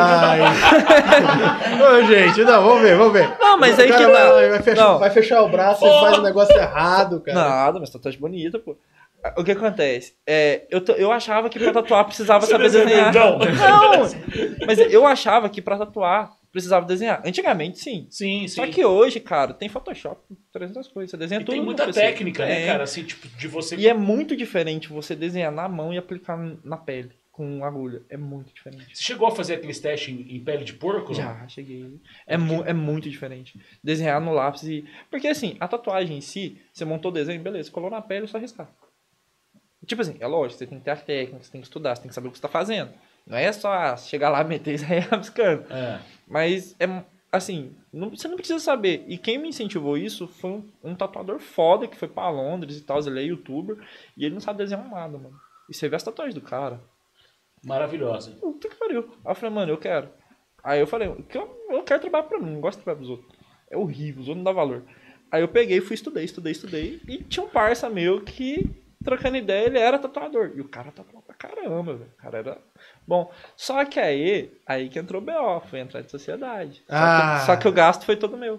Speaker 2: Ô, gente, não, vamos ver.
Speaker 3: Não, mas aí
Speaker 2: O
Speaker 3: que
Speaker 2: cara
Speaker 3: tá. Não.
Speaker 2: vai fechar o braço e faz um negócio errado, cara.
Speaker 3: Nada, mas tatuagem bonita, pô. O que acontece? Eu achava que pra tatuar precisava
Speaker 1: Você
Speaker 3: saber
Speaker 1: desenha
Speaker 3: desenhar.
Speaker 1: não?
Speaker 3: Não! Mas eu achava que pra tatuar precisava desenhar. Antigamente, sim.
Speaker 1: Sim, sim.
Speaker 3: Só que hoje, cara, tem Photoshop, 300 coisas. Você desenha
Speaker 1: E
Speaker 3: tudo
Speaker 1: tem
Speaker 3: no
Speaker 1: muita
Speaker 3: PC.
Speaker 1: técnica, né,
Speaker 3: Tem.
Speaker 1: cara? Assim, tipo, de você...
Speaker 3: E é muito diferente você desenhar na mão e aplicar na pele, com agulha. É muito diferente.
Speaker 1: Você chegou a fazer aqueles testes em pele de porco? não?
Speaker 3: Já, cheguei. É muito diferente. Desenhar no lápis e... Porque assim, a tatuagem em si, você montou o desenho, beleza, colou na pele, é só riscar. Tipo assim, é lógico, você tem que ter a técnica, você tem que estudar, você tem que saber o que você tá fazendo. Não é só chegar lá, meter e sair rabiscando.
Speaker 1: É.
Speaker 3: Mas, assim, você não precisa saber. E quem me incentivou isso foi um tatuador foda que foi pra Londres e tal, ele é youtuber, e ele não sabe desenhar nada, mano. E você vê as tatuagens do cara.
Speaker 1: Maravilhosa.
Speaker 3: Puta que pariu. Aí eu falei, mano, eu quero. Aí eu falei, eu quero trabalhar pra mim, não gosto de trabalhar pros outros. É horrível, os outros não dão valor. Aí eu peguei, fui estudei. E tinha um parça meu que, trocando ideia, ele era tatuador. E o cara tatuava pra caramba, velho. O cara era bom. Só que aí que entrou o BO, foi entrar de sociedade. Só que o gasto foi todo meu.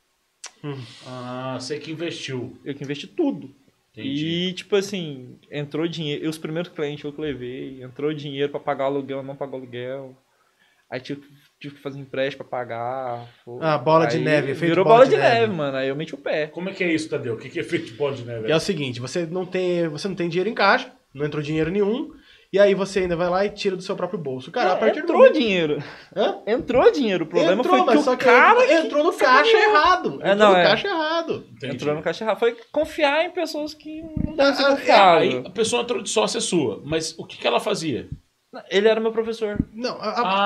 Speaker 1: Você que investiu.
Speaker 3: Eu que investi tudo.
Speaker 1: Entendi.
Speaker 3: E, tipo assim, entrou dinheiro. E os primeiros clientes eu que levei. Entrou dinheiro pra pagar aluguel, não pagou aluguel. Aí tive que fazer empréstimo pra pagar.
Speaker 2: Bola de neve.
Speaker 3: Virou bola de neve, mano. Aí eu meti o pé.
Speaker 1: Como é que é isso, Tadeu? O que é feito de bola de neve?
Speaker 2: É o seguinte, você não tem dinheiro em caixa, não entrou dinheiro nenhum, e aí você ainda vai lá e tira do seu próprio bolso. Cara,
Speaker 3: Não,
Speaker 2: a partir
Speaker 3: entrou
Speaker 2: do momento...
Speaker 3: dinheiro.
Speaker 2: Hã?
Speaker 3: Entrou dinheiro. O problema foi que
Speaker 2: só
Speaker 3: o cara
Speaker 2: entrou no caixa errado.
Speaker 3: Caixa
Speaker 2: errado.
Speaker 1: Entendi.
Speaker 3: Entrou no caixa errado. Foi confiar em pessoas que não devem ser confiáveis.
Speaker 1: Aí a pessoa entrou de sócia sua, mas o que ela fazia?
Speaker 3: Ele era meu professor.
Speaker 2: Não,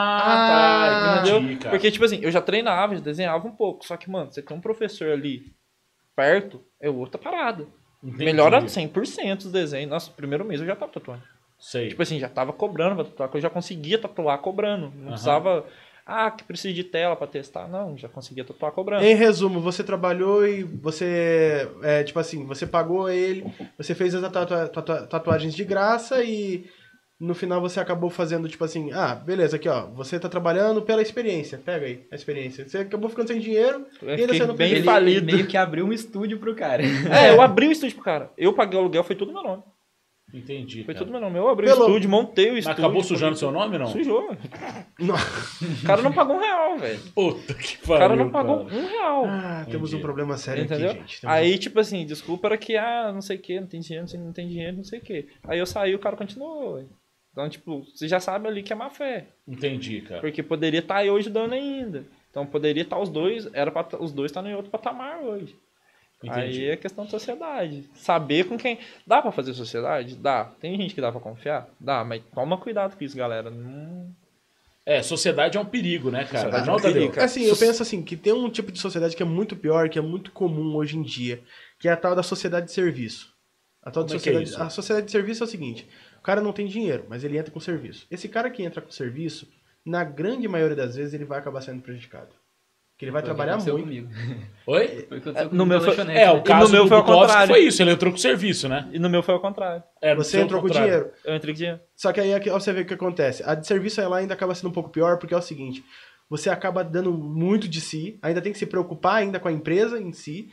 Speaker 1: entendi,
Speaker 3: Entendeu?
Speaker 1: cara.
Speaker 3: Porque, tipo assim, eu já treinava, já desenhava um pouco. Só que, mano, você tem um professor ali perto, é outra parada.
Speaker 1: Entendi.
Speaker 3: Melhora 100% os desenhos. Nossa, no primeiro mês eu já tava tatuando.
Speaker 1: Sei.
Speaker 3: Tipo assim, já tava cobrando pra tatuar, que eu já conseguia tatuar cobrando. Não precisava, que precisa de tela pra testar. Não, já conseguia tatuar cobrando.
Speaker 2: Em resumo, você trabalhou e você, tipo assim, você pagou ele, você fez as tatuagens de graça e no final você acabou fazendo, tipo assim, beleza, aqui ó, você tá trabalhando pela experiência, pega aí a experiência. Você acabou ficando sem dinheiro e ainda sendo
Speaker 3: bem
Speaker 2: ele
Speaker 3: falido.
Speaker 4: Meio que abriu um estúdio pro cara.
Speaker 3: Eu abri o estúdio pro cara. Eu paguei o aluguel, foi tudo meu nome.
Speaker 1: Entendi.
Speaker 3: Foi
Speaker 1: cara.
Speaker 3: tudo meu nome. Eu abri o estúdio, montei o
Speaker 1: Mas
Speaker 3: estúdio.
Speaker 1: acabou sujando seu nome, não?
Speaker 3: Sujou.
Speaker 2: Não.
Speaker 3: O cara não pagou R$1, velho.
Speaker 1: Puta que
Speaker 3: O
Speaker 1: pariu.
Speaker 3: cara não pagou R$1.
Speaker 2: Temos um problema sério
Speaker 3: Entendeu?
Speaker 2: aqui, gente.
Speaker 3: Aí, tipo assim, desculpa era que, não sei o que, não tem dinheiro, não tem dinheiro, não sei o que. Aí eu saí e o cara continuou, véio. Então, tipo, você já sabe ali que é má fé.
Speaker 1: Entendi, cara.
Speaker 3: Porque poderia estar eu ajudando ainda. Então poderia estar os dois, era pra os dois estar em outro patamar hoje.
Speaker 1: Entendi.
Speaker 3: Aí é questão de sociedade. Saber com quem. Dá pra fazer sociedade? Dá. Tem gente que dá pra confiar? Dá, mas toma cuidado com isso, galera. Não...
Speaker 1: Sociedade é um perigo, né, cara?
Speaker 3: Sociedade
Speaker 1: Não,
Speaker 3: é um perigo,
Speaker 1: Tadeu?
Speaker 3: cara.
Speaker 2: Assim, eu penso assim, que tem um tipo de sociedade que é muito pior, que é muito comum hoje em dia, que é a tal da sociedade de serviço. A tal de
Speaker 1: Como é que é
Speaker 2: sociedade,
Speaker 1: isso?
Speaker 2: a sociedade de serviço é o seguinte, o cara não tem dinheiro, mas ele entra com serviço. Esse cara que entra com serviço, na grande maioria das vezes, ele vai acabar sendo prejudicado. Porque ele vai trabalhar muito.
Speaker 4: Comigo.
Speaker 1: Oi?
Speaker 4: Foi o que aconteceu
Speaker 3: No
Speaker 4: comigo
Speaker 3: meu
Speaker 4: na
Speaker 3: foi-
Speaker 4: lanchonete,
Speaker 1: O
Speaker 4: né?
Speaker 1: caso
Speaker 3: no meu
Speaker 1: do
Speaker 3: foi ao
Speaker 1: Bukowski
Speaker 3: contrário.
Speaker 1: foi isso, ele entrou com serviço, né?
Speaker 3: E no meu foi ao contrário.
Speaker 1: No
Speaker 2: Você
Speaker 1: seu,
Speaker 2: entrou
Speaker 1: ao
Speaker 2: com
Speaker 1: contrário.
Speaker 2: dinheiro.
Speaker 3: Eu entrei com dinheiro.
Speaker 2: Só que aí ó, você vê o que acontece. A de serviço ela ainda acaba sendo um pouco pior, porque é o seguinte, você acaba dando muito de si, ainda tem que se preocupar ainda com a empresa em si,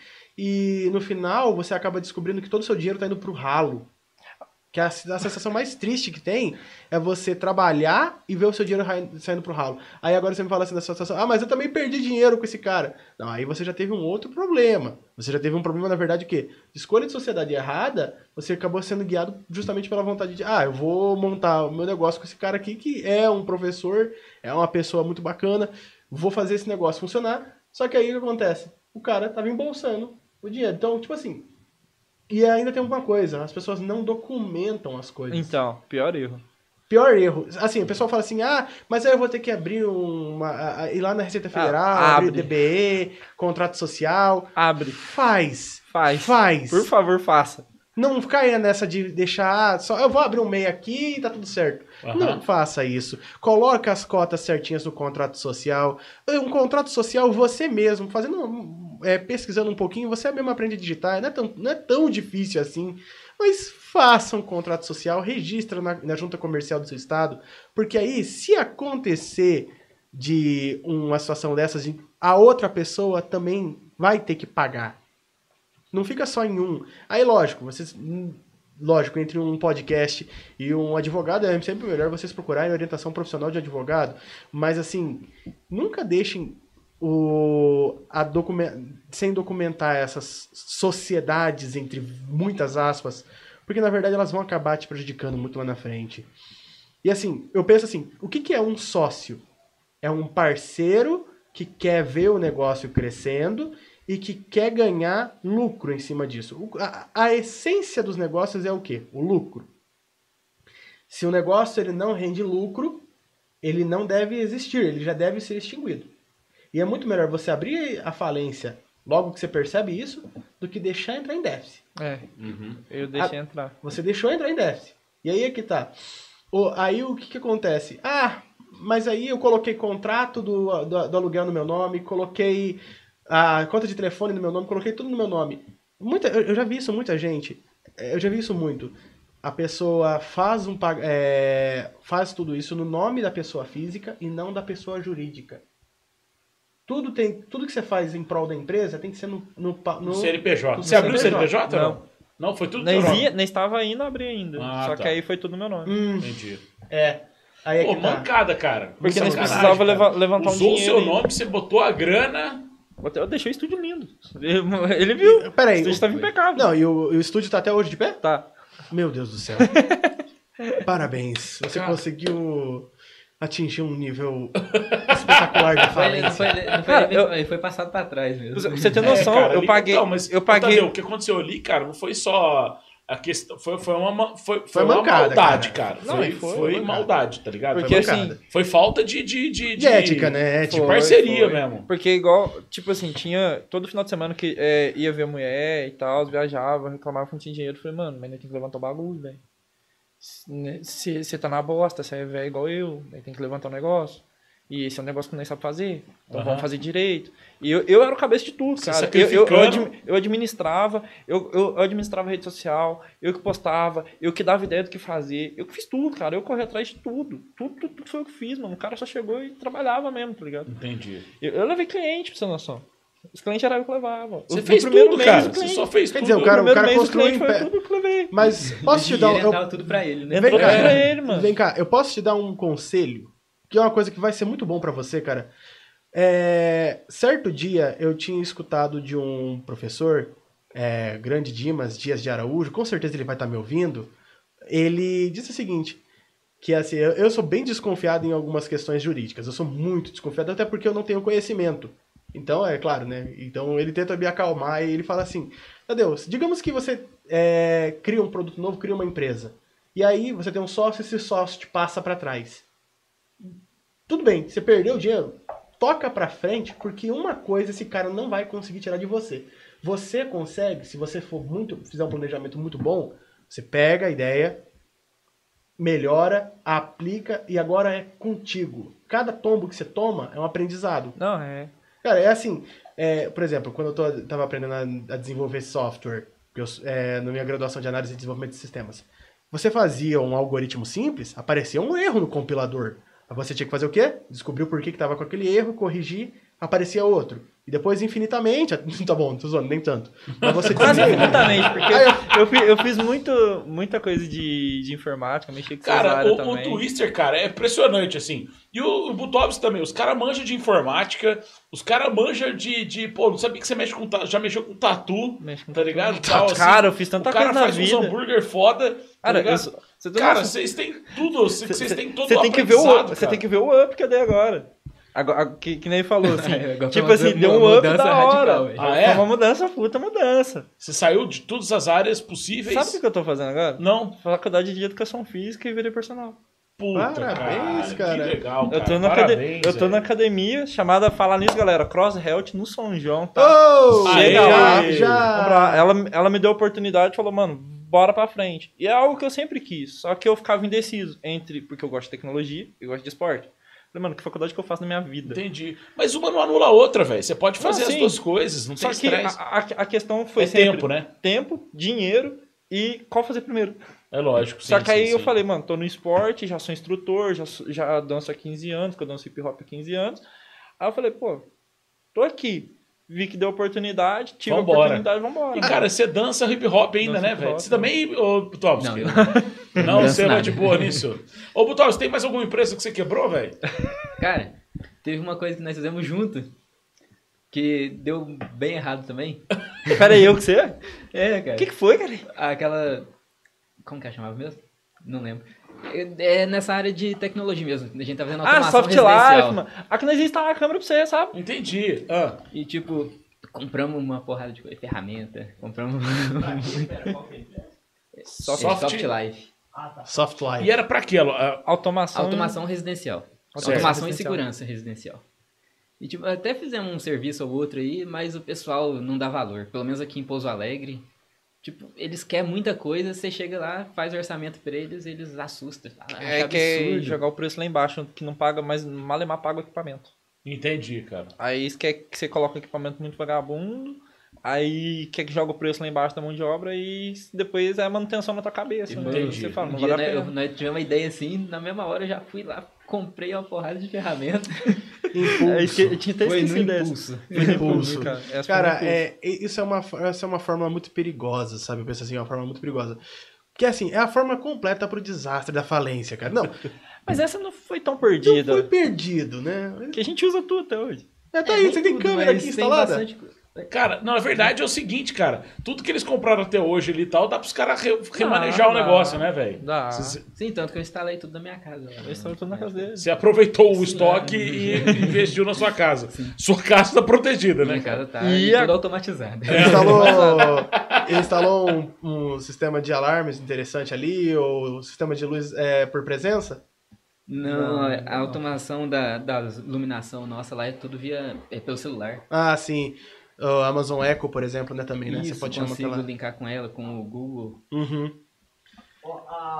Speaker 2: e no final você acaba descobrindo que todo o seu dinheiro está indo pro ralo. Que a sensação mais triste que tem é você trabalhar e ver o seu dinheiro saindo pro ralo. Aí agora você me fala assim da sua situação, mas eu também perdi dinheiro com esse cara. Não, aí você já teve um outro problema. Você já teve um problema, na verdade, o quê? Escolha de sociedade errada, você acabou sendo guiado justamente pela vontade de, eu vou montar o meu negócio com esse cara aqui, que é um professor, é uma pessoa muito bacana, vou fazer esse negócio funcionar. Só que aí o que acontece? O cara tava embolsando o dinheiro. Então, tipo assim, e ainda tem uma coisa, as pessoas não documentam as coisas.
Speaker 3: Então, pior erro.
Speaker 2: Pior erro. Assim, o pessoal fala assim, mas aí eu vou ter que abrir ir lá na Receita Federal, abrir
Speaker 3: abre.
Speaker 2: DBE, contrato social.
Speaker 3: Abre.
Speaker 2: Faz.
Speaker 3: Faz. Por favor, faça.
Speaker 2: Não caia nessa de deixar, só eu vou abrir um MEI aqui e tá tudo certo.
Speaker 1: Aham.
Speaker 2: Não faça isso. Coloca as cotas certinhas no contrato social. Um contrato social você mesmo, pesquisando um pouquinho, você mesmo aprende a digitar. Não é tão difícil assim. Mas faça um contrato social, registra na junta comercial do seu estado. Porque aí, se acontecer de uma situação dessas, a outra pessoa também vai ter que pagar. Não fica só em um. Aí, lógico, entre um podcast e um advogado, é sempre melhor vocês procurarem orientação profissional de advogado. Mas, assim, nunca deixem sem documentar essas sociedades, entre muitas aspas, porque, na verdade, elas vão acabar te prejudicando muito lá na frente. E, assim, eu penso assim, o que é um sócio? É um parceiro que quer ver o negócio crescendo e que quer ganhar lucro em cima disso. A essência dos negócios é o quê? O lucro. Se o negócio ele não rende lucro, ele não deve existir, ele já deve ser extinguido. E é muito melhor você abrir a falência logo que você percebe isso, do que deixar entrar em déficit.
Speaker 3: Eu deixei entrar.
Speaker 2: Você deixou entrar em déficit. E aí é que tá. Aí o que acontece? Mas aí eu coloquei contrato do aluguel no meu nome, coloquei a conta de telefone no meu nome, coloquei tudo no meu nome. Eu já vi isso muita gente. Eu já vi isso muito. a pessoa faz tudo isso no nome da pessoa física e não da pessoa jurídica. Tudo que você faz em prol da empresa tem que ser no
Speaker 1: CNPJ. Você abriu o CNPJ?
Speaker 3: Não.
Speaker 1: Não, foi tudo
Speaker 3: Nem estava indo abrir ainda. Só que aí foi tudo no meu nome.
Speaker 1: Entendi.
Speaker 2: Aí
Speaker 1: Pô, mancada, cara.
Speaker 3: Porque nós precisava levantar
Speaker 1: Usou
Speaker 3: um dinheiro.
Speaker 1: Usou o seu nome, você botou a grana...
Speaker 3: Eu deixei o estúdio lindo. Ele viu.
Speaker 2: Peraí.
Speaker 3: O estúdio estava impecável.
Speaker 2: Não, e o estúdio tá até hoje de pé?
Speaker 3: Tá.
Speaker 2: Meu Deus do céu. Parabéns. Você conseguiu atingir um nível espetacular de falência.
Speaker 4: Ele foi passado pra trás mesmo.
Speaker 3: Você tem noção,
Speaker 1: cara,
Speaker 3: eu paguei...
Speaker 1: eu paguei... Tadeu, o que aconteceu ali, cara, não foi só... A questão foi uma
Speaker 2: mancada,
Speaker 1: maldade, cara.
Speaker 2: Não,
Speaker 1: foi maldade, tá ligado?
Speaker 3: Porque assim...
Speaker 1: Foi falta de
Speaker 2: ética, né?
Speaker 1: De parceria mesmo.
Speaker 3: Porque igual, tipo assim, tinha... Todo final de semana que ia ver a mulher e tal, viajava, reclamava que não tinha dinheiro. Eu falei, mano, mas nem tem que levantar o bagulho, velho. Você tá na bosta, você é velho igual eu, aí tem que levantar um negócio. E esse é um negócio que nem sabe fazer. Então vamos fazer direito. E eu era o cabeça de tudo, cara. Eu administrava, eu administrava a rede social, eu que postava, eu que dava ideia do que fazer. Eu que fiz tudo, cara. Eu corri atrás de tudo. Tudo foi eu que fiz, mano. O cara só chegou e trabalhava mesmo, tá ligado?
Speaker 1: Entendi.
Speaker 3: Eu levei cliente, pra você ter noção. Os clientes eram eu que levava.
Speaker 1: Você fez tudo, cara. Você só fez tudo.
Speaker 2: Quer dizer, o cara construiu em pé.
Speaker 3: Tudo que eu levei.
Speaker 2: Mas posso te dar
Speaker 4: Entrava tudo pra ele, né?
Speaker 3: Entrou tudo pra ele, mano.
Speaker 2: Vem cá, eu posso te dar um conselho? Que é uma coisa que vai ser muito bom pra você, cara. Certo dia eu tinha escutado de um professor, grande Dias de Araújo, com certeza ele vai estar me ouvindo. Ele disse o seguinte, que assim, eu sou bem desconfiado em algumas questões jurídicas, eu sou muito desconfiado, até porque eu não tenho conhecimento. Então, é claro, né? Então ele tenta me acalmar e ele fala assim, Tadeu, digamos que você cria um produto novo, cria uma empresa. E aí você tem um sócio e esse sócio te passa pra trás. Tudo bem, você perdeu o dinheiro, toca pra frente, porque uma coisa esse cara não vai conseguir tirar de você. Você consegue, se você fizer um planejamento muito bom, você pega a ideia, melhora, aplica e agora é contigo. Cada tombo que você toma é um aprendizado.
Speaker 3: Não,
Speaker 2: Cara, é assim, por exemplo, quando eu tava aprendendo a desenvolver software, na minha graduação de análise e desenvolvimento de sistemas, você fazia um algoritmo simples, aparecia um erro no compilador. Você tinha que fazer o quê? Descobrir o porquê que estava com aquele erro, corrigir, aparecia outro. E depois infinitamente... Tá bom, não tô zoando, nem tanto. Mas você
Speaker 3: quase infinitamente, porque eu fiz muita coisa de informática, mexi com
Speaker 1: cara,
Speaker 3: área também.
Speaker 1: O Twister, cara, é impressionante, assim. E o Butovski também, os caras manjam de informática, os caras manjam pô, não sabia que você já mexeu com tatu, tá ligado?
Speaker 3: Cara, eu fiz tanta coisa na vida.
Speaker 1: O cara faz uns hambúrguer foda,
Speaker 3: cara,
Speaker 1: cara, vocês têm tudo, vocês têm todo
Speaker 3: o aprendizado, você tem que ver o up que eu dei agora. Que nem falou, assim. Tipo assim, deu um up da hora.
Speaker 4: Radical,
Speaker 3: Foi uma mudança, puta mudança.
Speaker 1: Você saiu de todas as áreas possíveis.
Speaker 3: Sabe o que eu tô fazendo agora?
Speaker 1: Não.
Speaker 3: Faculdade de Educação Física e virei personal.
Speaker 1: Puta,
Speaker 2: parabéns, cara.
Speaker 1: Que legal, cara.
Speaker 3: Eu tô na academia chamada, falar nisso, galera, Cross Health no São João, tá?
Speaker 2: Chega lá, já.
Speaker 3: Ela me deu a oportunidade e falou, mano, bora pra frente. E é algo que eu sempre quis, só que eu ficava indeciso porque eu gosto de tecnologia e gosto de esporte. Falei, mano, que faculdade que eu faço na minha vida?
Speaker 1: Entendi. Mas uma não anula a outra, velho. Você pode fazer as duas coisas, não tem estresse.
Speaker 3: Só que a questão foi sempre
Speaker 1: tempo, né?
Speaker 3: Tempo, dinheiro e qual fazer primeiro.
Speaker 1: É lógico.
Speaker 3: Só que aí eu falei, mano, tô no esporte, já sou instrutor, já danço há 15 anos, que eu danço hip hop há 15 anos. Aí eu falei, pô, tô aqui. Vi que deu oportunidade, tive a oportunidade, vambora.
Speaker 1: E, cara, você dança hip hop ainda, né, velho? Você também, ô Butovski?
Speaker 4: Não,
Speaker 1: você é de boa nisso. Ô, Butovski, tem mais alguma empresa que você quebrou, velho?
Speaker 4: Cara, teve uma coisa que nós fizemos junto, que deu bem errado também.
Speaker 3: Peraí, eu que você?
Speaker 4: Cara.
Speaker 3: O que foi, cara?
Speaker 4: Aquela... Como que ela chamava mesmo? Não lembro. Nessa área de tecnologia mesmo. A gente tá fazendo automação residencial.
Speaker 3: Life, mano. Aqui nós instalar a câmera pra você, sabe?
Speaker 1: Entendi.
Speaker 4: E tipo, compramos uma porrada de ferramenta. Compramos... Soft Life.
Speaker 2: Tá. Soft Life.
Speaker 1: E era pra quê?
Speaker 4: Automação residencial. Automação e segurança residencial. E tipo, até fizemos um serviço ou outro aí, mas o pessoal não dá valor. Pelo menos aqui em Pouso Alegre. Tipo, eles querem muita coisa, você chega lá, faz orçamento pra eles assustam.
Speaker 3: Quer jogar o preço lá embaixo, que não paga, mas malemar paga o equipamento.
Speaker 1: Entendi, cara.
Speaker 3: Aí isso quer que você coloque o equipamento muito vagabundo, Aí quer que joga o preço lá embaixo da mão de obra e depois é a manutenção na tua cabeça. Né?
Speaker 1: Entendi.
Speaker 3: Você fala,
Speaker 4: Um
Speaker 3: não
Speaker 4: dia,
Speaker 3: vale a
Speaker 4: né,
Speaker 3: pena.
Speaker 4: nós tivemos uma ideia assim, na mesma hora eu já fui lá, comprei uma porrada de ferramenta.
Speaker 3: Eu tinha até
Speaker 4: Foi no
Speaker 3: esquecido dessa.
Speaker 4: impulso.
Speaker 2: Impulso.
Speaker 3: Cara, essa foi
Speaker 2: Cara,
Speaker 3: no impulso.
Speaker 2: isso é uma forma muito perigosa, sabe? Eu penso assim, é uma forma muito perigosa. Porque, assim, é a forma completa pro desastre da falência, cara. Não,
Speaker 3: Mas essa não foi tão
Speaker 2: não
Speaker 3: perdida.
Speaker 2: foi perdido, né?
Speaker 3: Que a gente usa tudo até hoje.
Speaker 2: Tá aí, você tem câmera aqui instalada?
Speaker 1: Cara, não, a verdade é o seguinte, cara. Tudo que eles compraram até hoje ali e tal, dá pros caras remanejar o negócio, né, velho?
Speaker 3: Dá.
Speaker 4: Sim, tanto que eu instalei tudo na minha casa.
Speaker 3: Eles estão tudo na casa deles.
Speaker 1: Você aproveitou o estoque e investiu na sua casa. Sua casa tá protegida, né,
Speaker 4: Minha
Speaker 1: cara?
Speaker 4: casa tá
Speaker 3: E
Speaker 4: tudo automatizado.
Speaker 2: Ele instalou um sistema de alarmes interessante ali, ou um sistema de luz por presença?
Speaker 4: Não, a automação da iluminação nossa lá é tudo pelo celular.
Speaker 2: Ah, sim. O Amazon Echo, por exemplo, né, também, né?
Speaker 4: Isso,
Speaker 2: Você pode chamar
Speaker 4: consigo
Speaker 2: pela...
Speaker 4: linkar com ela, com o Google.
Speaker 2: Uhum.
Speaker 5: Ó,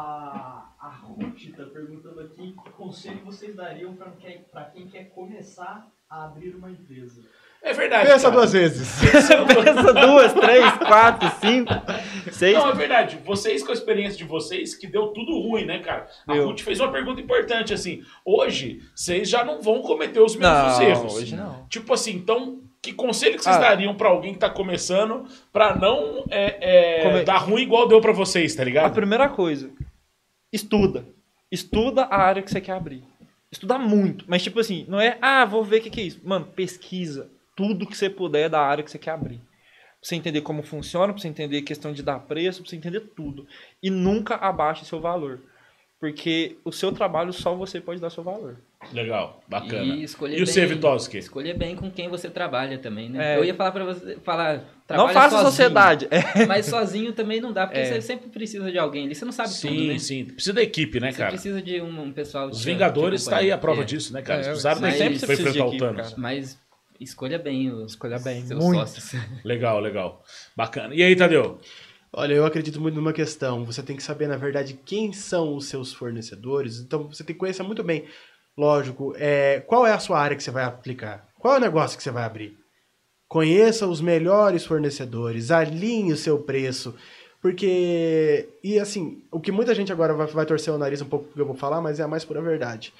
Speaker 5: a Ruth tá perguntando aqui que conselho vocês dariam pra quem quer começar a abrir uma empresa.
Speaker 1: É verdade.
Speaker 2: Pensa
Speaker 1: cara.
Speaker 2: duas vezes.
Speaker 3: Pensa 2, 3, 4, 5, 6.
Speaker 1: Não, é verdade. Vocês, com a experiência de vocês, que deu tudo ruim, né, cara? A
Speaker 3: Deu.
Speaker 1: Ruth fez uma pergunta importante, assim. Hoje, vocês já não vão cometer os mesmos erros.
Speaker 3: Hoje não.
Speaker 1: Tipo assim, então, que conselho que vocês dariam pra alguém que tá começando pra não dar ruim igual deu pra vocês, tá
Speaker 3: A
Speaker 1: ligado?
Speaker 3: primeira coisa, estuda. Estuda a área que você quer abrir. Estuda muito. Mas tipo assim, não é, vou ver o que é isso. Mano, pesquisa tudo que você puder da área que você quer abrir. Pra você entender como funciona, pra você entender questão de dar preço, pra você entender tudo. E nunca abaixe seu valor. Porque o seu trabalho só você pode dar seu valor.
Speaker 1: Legal, bacana.
Speaker 4: E escolher
Speaker 1: E o
Speaker 4: bem,
Speaker 1: C, Vitowski?
Speaker 4: Escolher bem com quem você trabalha também, né?
Speaker 3: É.
Speaker 4: Eu ia falar pra você,
Speaker 3: Não
Speaker 4: trabalha
Speaker 3: faça
Speaker 4: sozinho,
Speaker 3: sociedade.
Speaker 4: mas sozinho também não dá, porque
Speaker 3: É.
Speaker 4: você sempre precisa de alguém ali, você não sabe tudo,
Speaker 1: Sim,
Speaker 4: né?
Speaker 1: sim. Precisa da equipe, né,
Speaker 4: Você
Speaker 1: cara?
Speaker 4: precisa de um pessoal...
Speaker 1: Os
Speaker 4: que
Speaker 1: Vingadores
Speaker 4: te
Speaker 1: tá aí a
Speaker 4: acompanhe.
Speaker 1: prova
Speaker 4: É.
Speaker 1: disso, né, cara? Eles
Speaker 3: É,
Speaker 1: precisaram da
Speaker 4: mas
Speaker 1: equipe
Speaker 3: sempre
Speaker 1: pra
Speaker 3: precisa de
Speaker 1: enfrentar o
Speaker 3: equipe,
Speaker 1: Thanos.
Speaker 3: cara.
Speaker 4: Mas escolha bem os seus
Speaker 3: muito.
Speaker 4: sócios.
Speaker 1: Legal, legal. Bacana. E aí, Tadeu?
Speaker 2: Olha, eu acredito muito numa questão. Você tem que saber, na verdade, quem são os seus fornecedores. Então, você tem que conhecer muito bem. Lógico, qual é a sua área que você vai aplicar? Qual é o negócio que você vai abrir? Conheça os melhores fornecedores, alinhe o seu preço. Porque, e assim, o que muita gente agora vai torcer o nariz um pouco porque eu vou falar, mas é a mais pura verdade.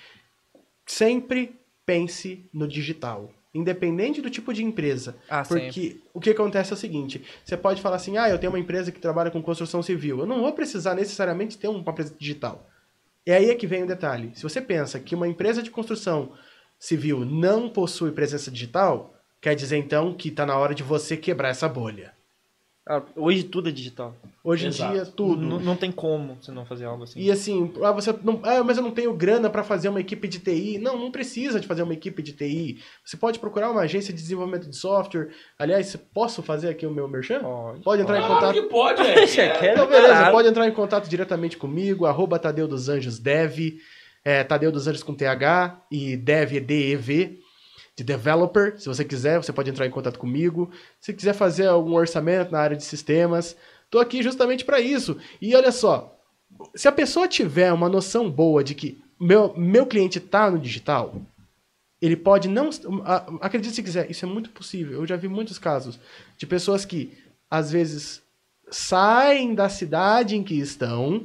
Speaker 2: Sempre pense no digital. Independente do tipo de empresa. Porque o que acontece é o seguinte, você pode falar assim, eu tenho uma empresa que trabalha com construção civil. Eu não vou precisar necessariamente ter uma empresa digital. E aí é que vem o detalhe. Se você pensa que uma empresa de construção civil não possui presença digital, quer dizer então que está na hora de você quebrar essa bolha.
Speaker 3: Hoje tudo é digital.
Speaker 2: Hoje em
Speaker 1: Exato.
Speaker 2: dia, tudo.
Speaker 3: Não tem como você não fazer algo assim.
Speaker 2: E assim, você não, mas eu não tenho grana para fazer uma equipe de TI. Não precisa de fazer uma equipe de TI. Você pode procurar uma agência de desenvolvimento de software. Aliás, posso fazer aqui o meu merchan? Pode entrar em
Speaker 1: Claro
Speaker 2: contato.
Speaker 1: que pode,
Speaker 2: Então, beleza, pode entrar em contato diretamente comigo, @Tadeu dos Anjos Dev, Tadeu dos Anjos com TH, e Dev é DEV, de developer. Se você quiser, você pode entrar em contato comigo. Se quiser fazer algum orçamento na área de sistemas, tô aqui justamente para isso. E olha só, se a pessoa tiver uma noção boa de que meu cliente tá no digital, ele pode não... Acredite se quiser, isso é muito possível. Eu já vi muitos casos de pessoas que, às vezes, saem da cidade em que estão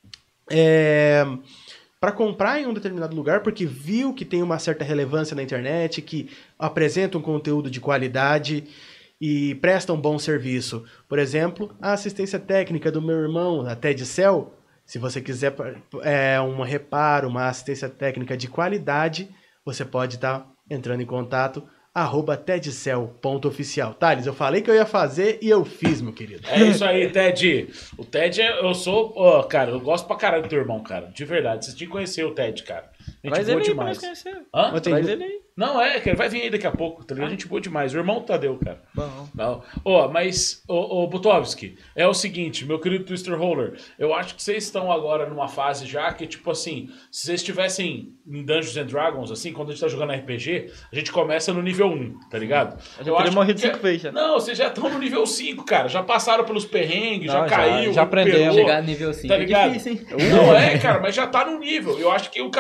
Speaker 2: para comprar em um determinado lugar porque viu que tem uma certa relevância na internet, que apresenta um conteúdo de qualidade e presta um bom serviço. Por exemplo, a assistência técnica do meu irmão, a TEDcel, se você quiser um reparo, uma assistência técnica de qualidade, você pode estar entrando em contato @tedcel.oficial. Thales, eu falei que eu ia fazer e eu fiz, meu querido.
Speaker 1: É isso aí, Ted. O Ted, eu sou... cara, eu gosto pra caralho do teu irmão, cara. De verdade. Vocês tinham que conhecer o Ted, cara. Gente
Speaker 3: Traz
Speaker 1: boa
Speaker 3: ele aí pra nós
Speaker 1: demais.
Speaker 3: conhecer.
Speaker 1: Hã?
Speaker 3: Traz ele aí.
Speaker 1: Não, que ele vai vir aí daqui a pouco, tá ligado? Gente boa demais. O irmão do Tadeu, cara.
Speaker 3: Bom.
Speaker 1: Não. Mas, Butovski, é o seguinte, meu querido Twister Roller, eu acho que vocês estão agora numa fase já que, tipo assim, se vocês estivessem em Dungeons and Dragons, assim, quando a gente tá jogando RPG, a gente começa no nível 1, tá ligado?
Speaker 3: Eu já teria morrido 5 vezes já.
Speaker 1: Não, vocês já estão no nível 5, cara. Já passaram pelos perrengues,
Speaker 3: Não,
Speaker 1: já
Speaker 3: já aprendemos.
Speaker 1: recuperou,
Speaker 4: Chegar no nível 5
Speaker 1: tá ligado?
Speaker 4: é difícil, hein?
Speaker 1: Não cara, mas já tá no nível. Eu acho que o caminho é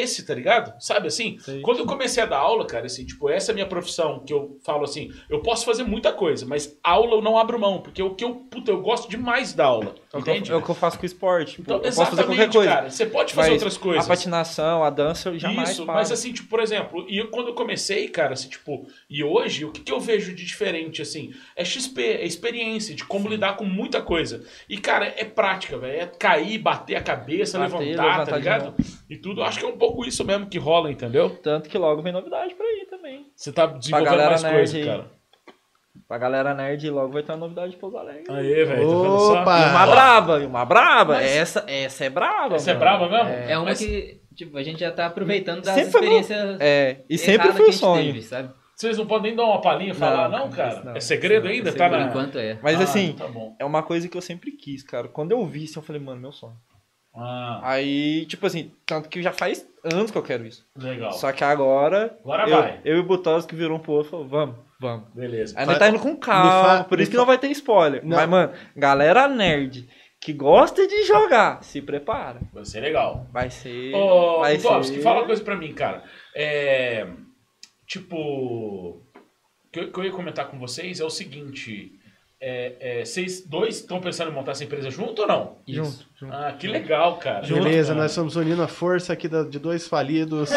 Speaker 1: esse, tá ligado? Sabe assim?
Speaker 3: Sei.
Speaker 1: Quando eu comecei a dar aula, cara, assim, tipo, essa é a minha profissão, que eu falo assim, eu posso fazer muita coisa, mas aula eu não abro mão, porque eu gosto demais da aula, entende?
Speaker 3: É o que eu faço com o esporte.
Speaker 1: Então,
Speaker 3: eu posso fazer
Speaker 1: exatamente,
Speaker 3: qualquer coisa.
Speaker 1: cara, você pode fazer
Speaker 3: Mas
Speaker 1: outras coisas.
Speaker 3: A patinação, a dança, eu jamais
Speaker 1: Isso,
Speaker 3: paro.
Speaker 1: mas assim, tipo, por exemplo, quando eu comecei, cara, assim, tipo, e hoje, o que eu vejo de diferente, assim, é XP, é experiência, de como lidar com muita coisa. E, cara, é prática, velho, é cair, bater a cabeça, levantar, tá ligado? E tudo, acho que é um pouco isso mesmo que rola, entendeu?
Speaker 3: Tanto que logo vem novidade por aí também.
Speaker 1: Você tá desenvolvendo
Speaker 3: galera
Speaker 1: mais
Speaker 3: nerd
Speaker 1: coisa,
Speaker 3: aí.
Speaker 1: cara.
Speaker 3: Pra galera nerd, logo vai ter uma novidade de Pouso Alegre.
Speaker 1: Aê, velho, tá vendo só?
Speaker 2: Opa!
Speaker 3: E uma braba, e uma braba.
Speaker 1: Mas-
Speaker 3: Essa é braba,
Speaker 1: Essa é
Speaker 3: mano.
Speaker 1: brava mesmo?
Speaker 4: É uma
Speaker 1: Mas
Speaker 4: que, tipo, a gente já tá aproveitando das
Speaker 3: Sempre foi meu-
Speaker 4: experiências
Speaker 3: e sempre
Speaker 4: erradas
Speaker 3: foi
Speaker 4: que
Speaker 3: o
Speaker 4: a gente
Speaker 3: sonho.
Speaker 4: teve, sabe?
Speaker 1: vocês não podem nem dar uma palhinha e falar, não, cara?
Speaker 3: não.
Speaker 1: É segredo ainda? Tá
Speaker 4: Por
Speaker 1: na...
Speaker 4: enquanto é.
Speaker 3: Mas assim,
Speaker 1: Tá bom.
Speaker 3: é uma coisa que eu sempre quis, cara. Quando eu vi isso, eu falei, mano, meu sonho.
Speaker 1: Ah,
Speaker 3: Aí, tipo assim, tanto que já faz anos que eu quero isso.
Speaker 1: legal.
Speaker 3: Só que agora,
Speaker 1: Agora
Speaker 3: eu,
Speaker 1: vai.
Speaker 3: eu e o Butos que virou um pro outro, falou, vamos.
Speaker 1: Beleza.
Speaker 3: Aí nós tá indo com calma, por isso que não vai ter spoiler.
Speaker 2: Não.
Speaker 3: Mas, mano, galera nerd que gosta de jogar, se prepara.
Speaker 1: Vai ser legal.
Speaker 3: Vai ser...
Speaker 1: Ô,
Speaker 3: vai
Speaker 1: Butovski,
Speaker 3: ser...
Speaker 1: fala uma coisa pra mim, cara. Tipo, o que eu ia comentar com vocês é o seguinte. Vocês dois estão pensando em montar essa empresa junto ou não?
Speaker 3: Junto.
Speaker 1: Ah, que legal, cara.
Speaker 2: Beleza,
Speaker 1: Junto,
Speaker 2: nós estamos unindo a força aqui de dois falidos.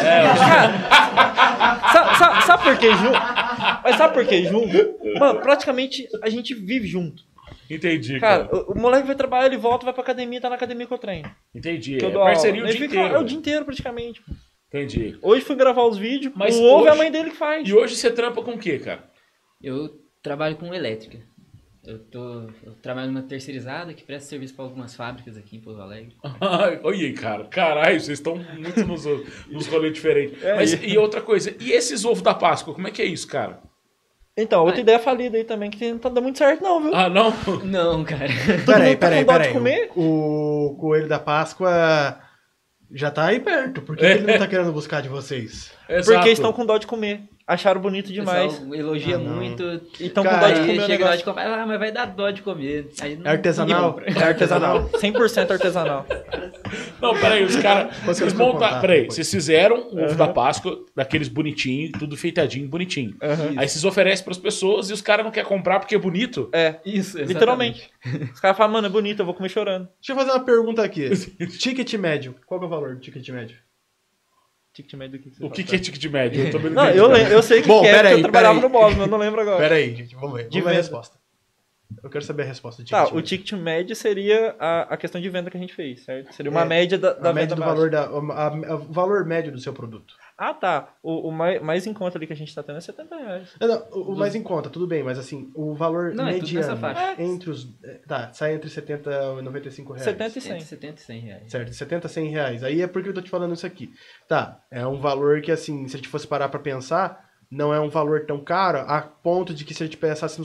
Speaker 3: Sabe por que junto? Mas sabe por que junto? Mano, praticamente a gente vive junto.
Speaker 1: Entendi,
Speaker 3: Cara,
Speaker 1: cara.
Speaker 3: o moleque vai trabalhar, ele volta, vai pra academia, tá na academia que eu treino.
Speaker 1: Entendi.
Speaker 3: Que eu
Speaker 1: É
Speaker 3: dou
Speaker 1: parceria
Speaker 3: aula.
Speaker 1: o dia
Speaker 3: Ele fica-
Speaker 1: inteiro.
Speaker 3: É o dia inteiro, praticamente.
Speaker 1: Entendi.
Speaker 3: Hoje fui gravar os vídeos,
Speaker 1: Mas
Speaker 3: o ovo é a
Speaker 1: hoje-
Speaker 3: mãe dele que faz.
Speaker 1: E hoje você trampa com o quê, cara?
Speaker 4: Eu trabalho com elétrica. Eu trabalho numa terceirizada que presta serviço para algumas fábricas aqui em Pouso Alegre.
Speaker 1: Olha aí, cara. Caralho, vocês estão muito nos rolês diferentes. Mas, e outra coisa, e esses ovos da Páscoa, como é que é isso, cara?
Speaker 3: Então, outra ideia falida aí também, que não tá dando muito certo não, viu?
Speaker 1: Ah, não?
Speaker 4: Não, cara.
Speaker 2: Peraí,
Speaker 3: mundo tá com dó de comer?
Speaker 2: peraí. O coelho da Páscoa já tá aí perto. Por que ele não tá querendo buscar de vocês?
Speaker 1: Exato.
Speaker 3: Porque estão com dó de comer. Acharam bonito
Speaker 4: O
Speaker 3: demais.
Speaker 4: pessoal elogia
Speaker 2: não.
Speaker 4: muito.
Speaker 3: E estão com
Speaker 2: Cara,
Speaker 3: dó de
Speaker 4: Aí
Speaker 3: comer o
Speaker 4: chega lá
Speaker 3: negócio.
Speaker 4: de comprar, mas vai dar dó de comer. Aí não-
Speaker 2: É artesanal?
Speaker 4: ninguém compra.
Speaker 3: É artesanal. 100% artesanal.
Speaker 1: Não, peraí, os caras.
Speaker 2: Você
Speaker 1: Vocês
Speaker 2: vai
Speaker 1: montaram.
Speaker 2: contar
Speaker 1: Peraí,
Speaker 2: depois.
Speaker 1: vocês fizeram o ovo da Páscoa, daqueles bonitinhos, tudo feitadinho, bonitinho. Aí vocês oferecem pras pessoas e os caras não querem comprar porque é bonito.
Speaker 3: É,
Speaker 4: Isso, exatamente.
Speaker 3: literalmente. Os caras falam, mano, é bonito, eu vou comer chorando.
Speaker 2: Deixa eu fazer uma pergunta aqui. Ticket médio. Qual que é o valor do ticket médio?
Speaker 3: Ticket médio do que você
Speaker 1: O que
Speaker 3: fala?
Speaker 1: é ticket médio? Eu também
Speaker 3: Não,
Speaker 1: entendi,
Speaker 3: eu,
Speaker 1: cara.
Speaker 3: eu sei que
Speaker 2: Bom,
Speaker 3: que é,
Speaker 2: peraí,
Speaker 3: porque eu trabalhava
Speaker 2: peraí.
Speaker 3: no Bob, mas eu não lembro agora.
Speaker 2: Pera aí, gente. Vamos ver.
Speaker 3: De
Speaker 2: Vamos ver a
Speaker 3: venda.
Speaker 2: resposta. Eu quero saber a resposta do ticket
Speaker 3: Tá,
Speaker 2: médio.
Speaker 3: o ticket médio seria a questão de venda que a gente fez, certo? Seria uma
Speaker 2: É,
Speaker 3: média da
Speaker 2: a média
Speaker 3: venda
Speaker 2: do
Speaker 3: baixa.
Speaker 2: valor o valor médio do seu produto.
Speaker 3: Ah, tá. O mais em conta ali que a gente tá tendo é R$70.
Speaker 2: Não, o mais em conta, tudo bem, mas assim, o valor
Speaker 4: Não, é tudo nessa
Speaker 2: mediano
Speaker 4: faixa.
Speaker 2: entre os... Tá, sai entre 70 e 95 reais.
Speaker 3: 70 e 100.
Speaker 4: Entre 70 e 100 reais.
Speaker 2: Certo, 70 a 100 reais. Aí é porque eu tô te falando isso aqui. Tá, é um valor que, assim, se a gente fosse parar pra pensar, não é um valor tão caro, a ponto de que se a gente pensasse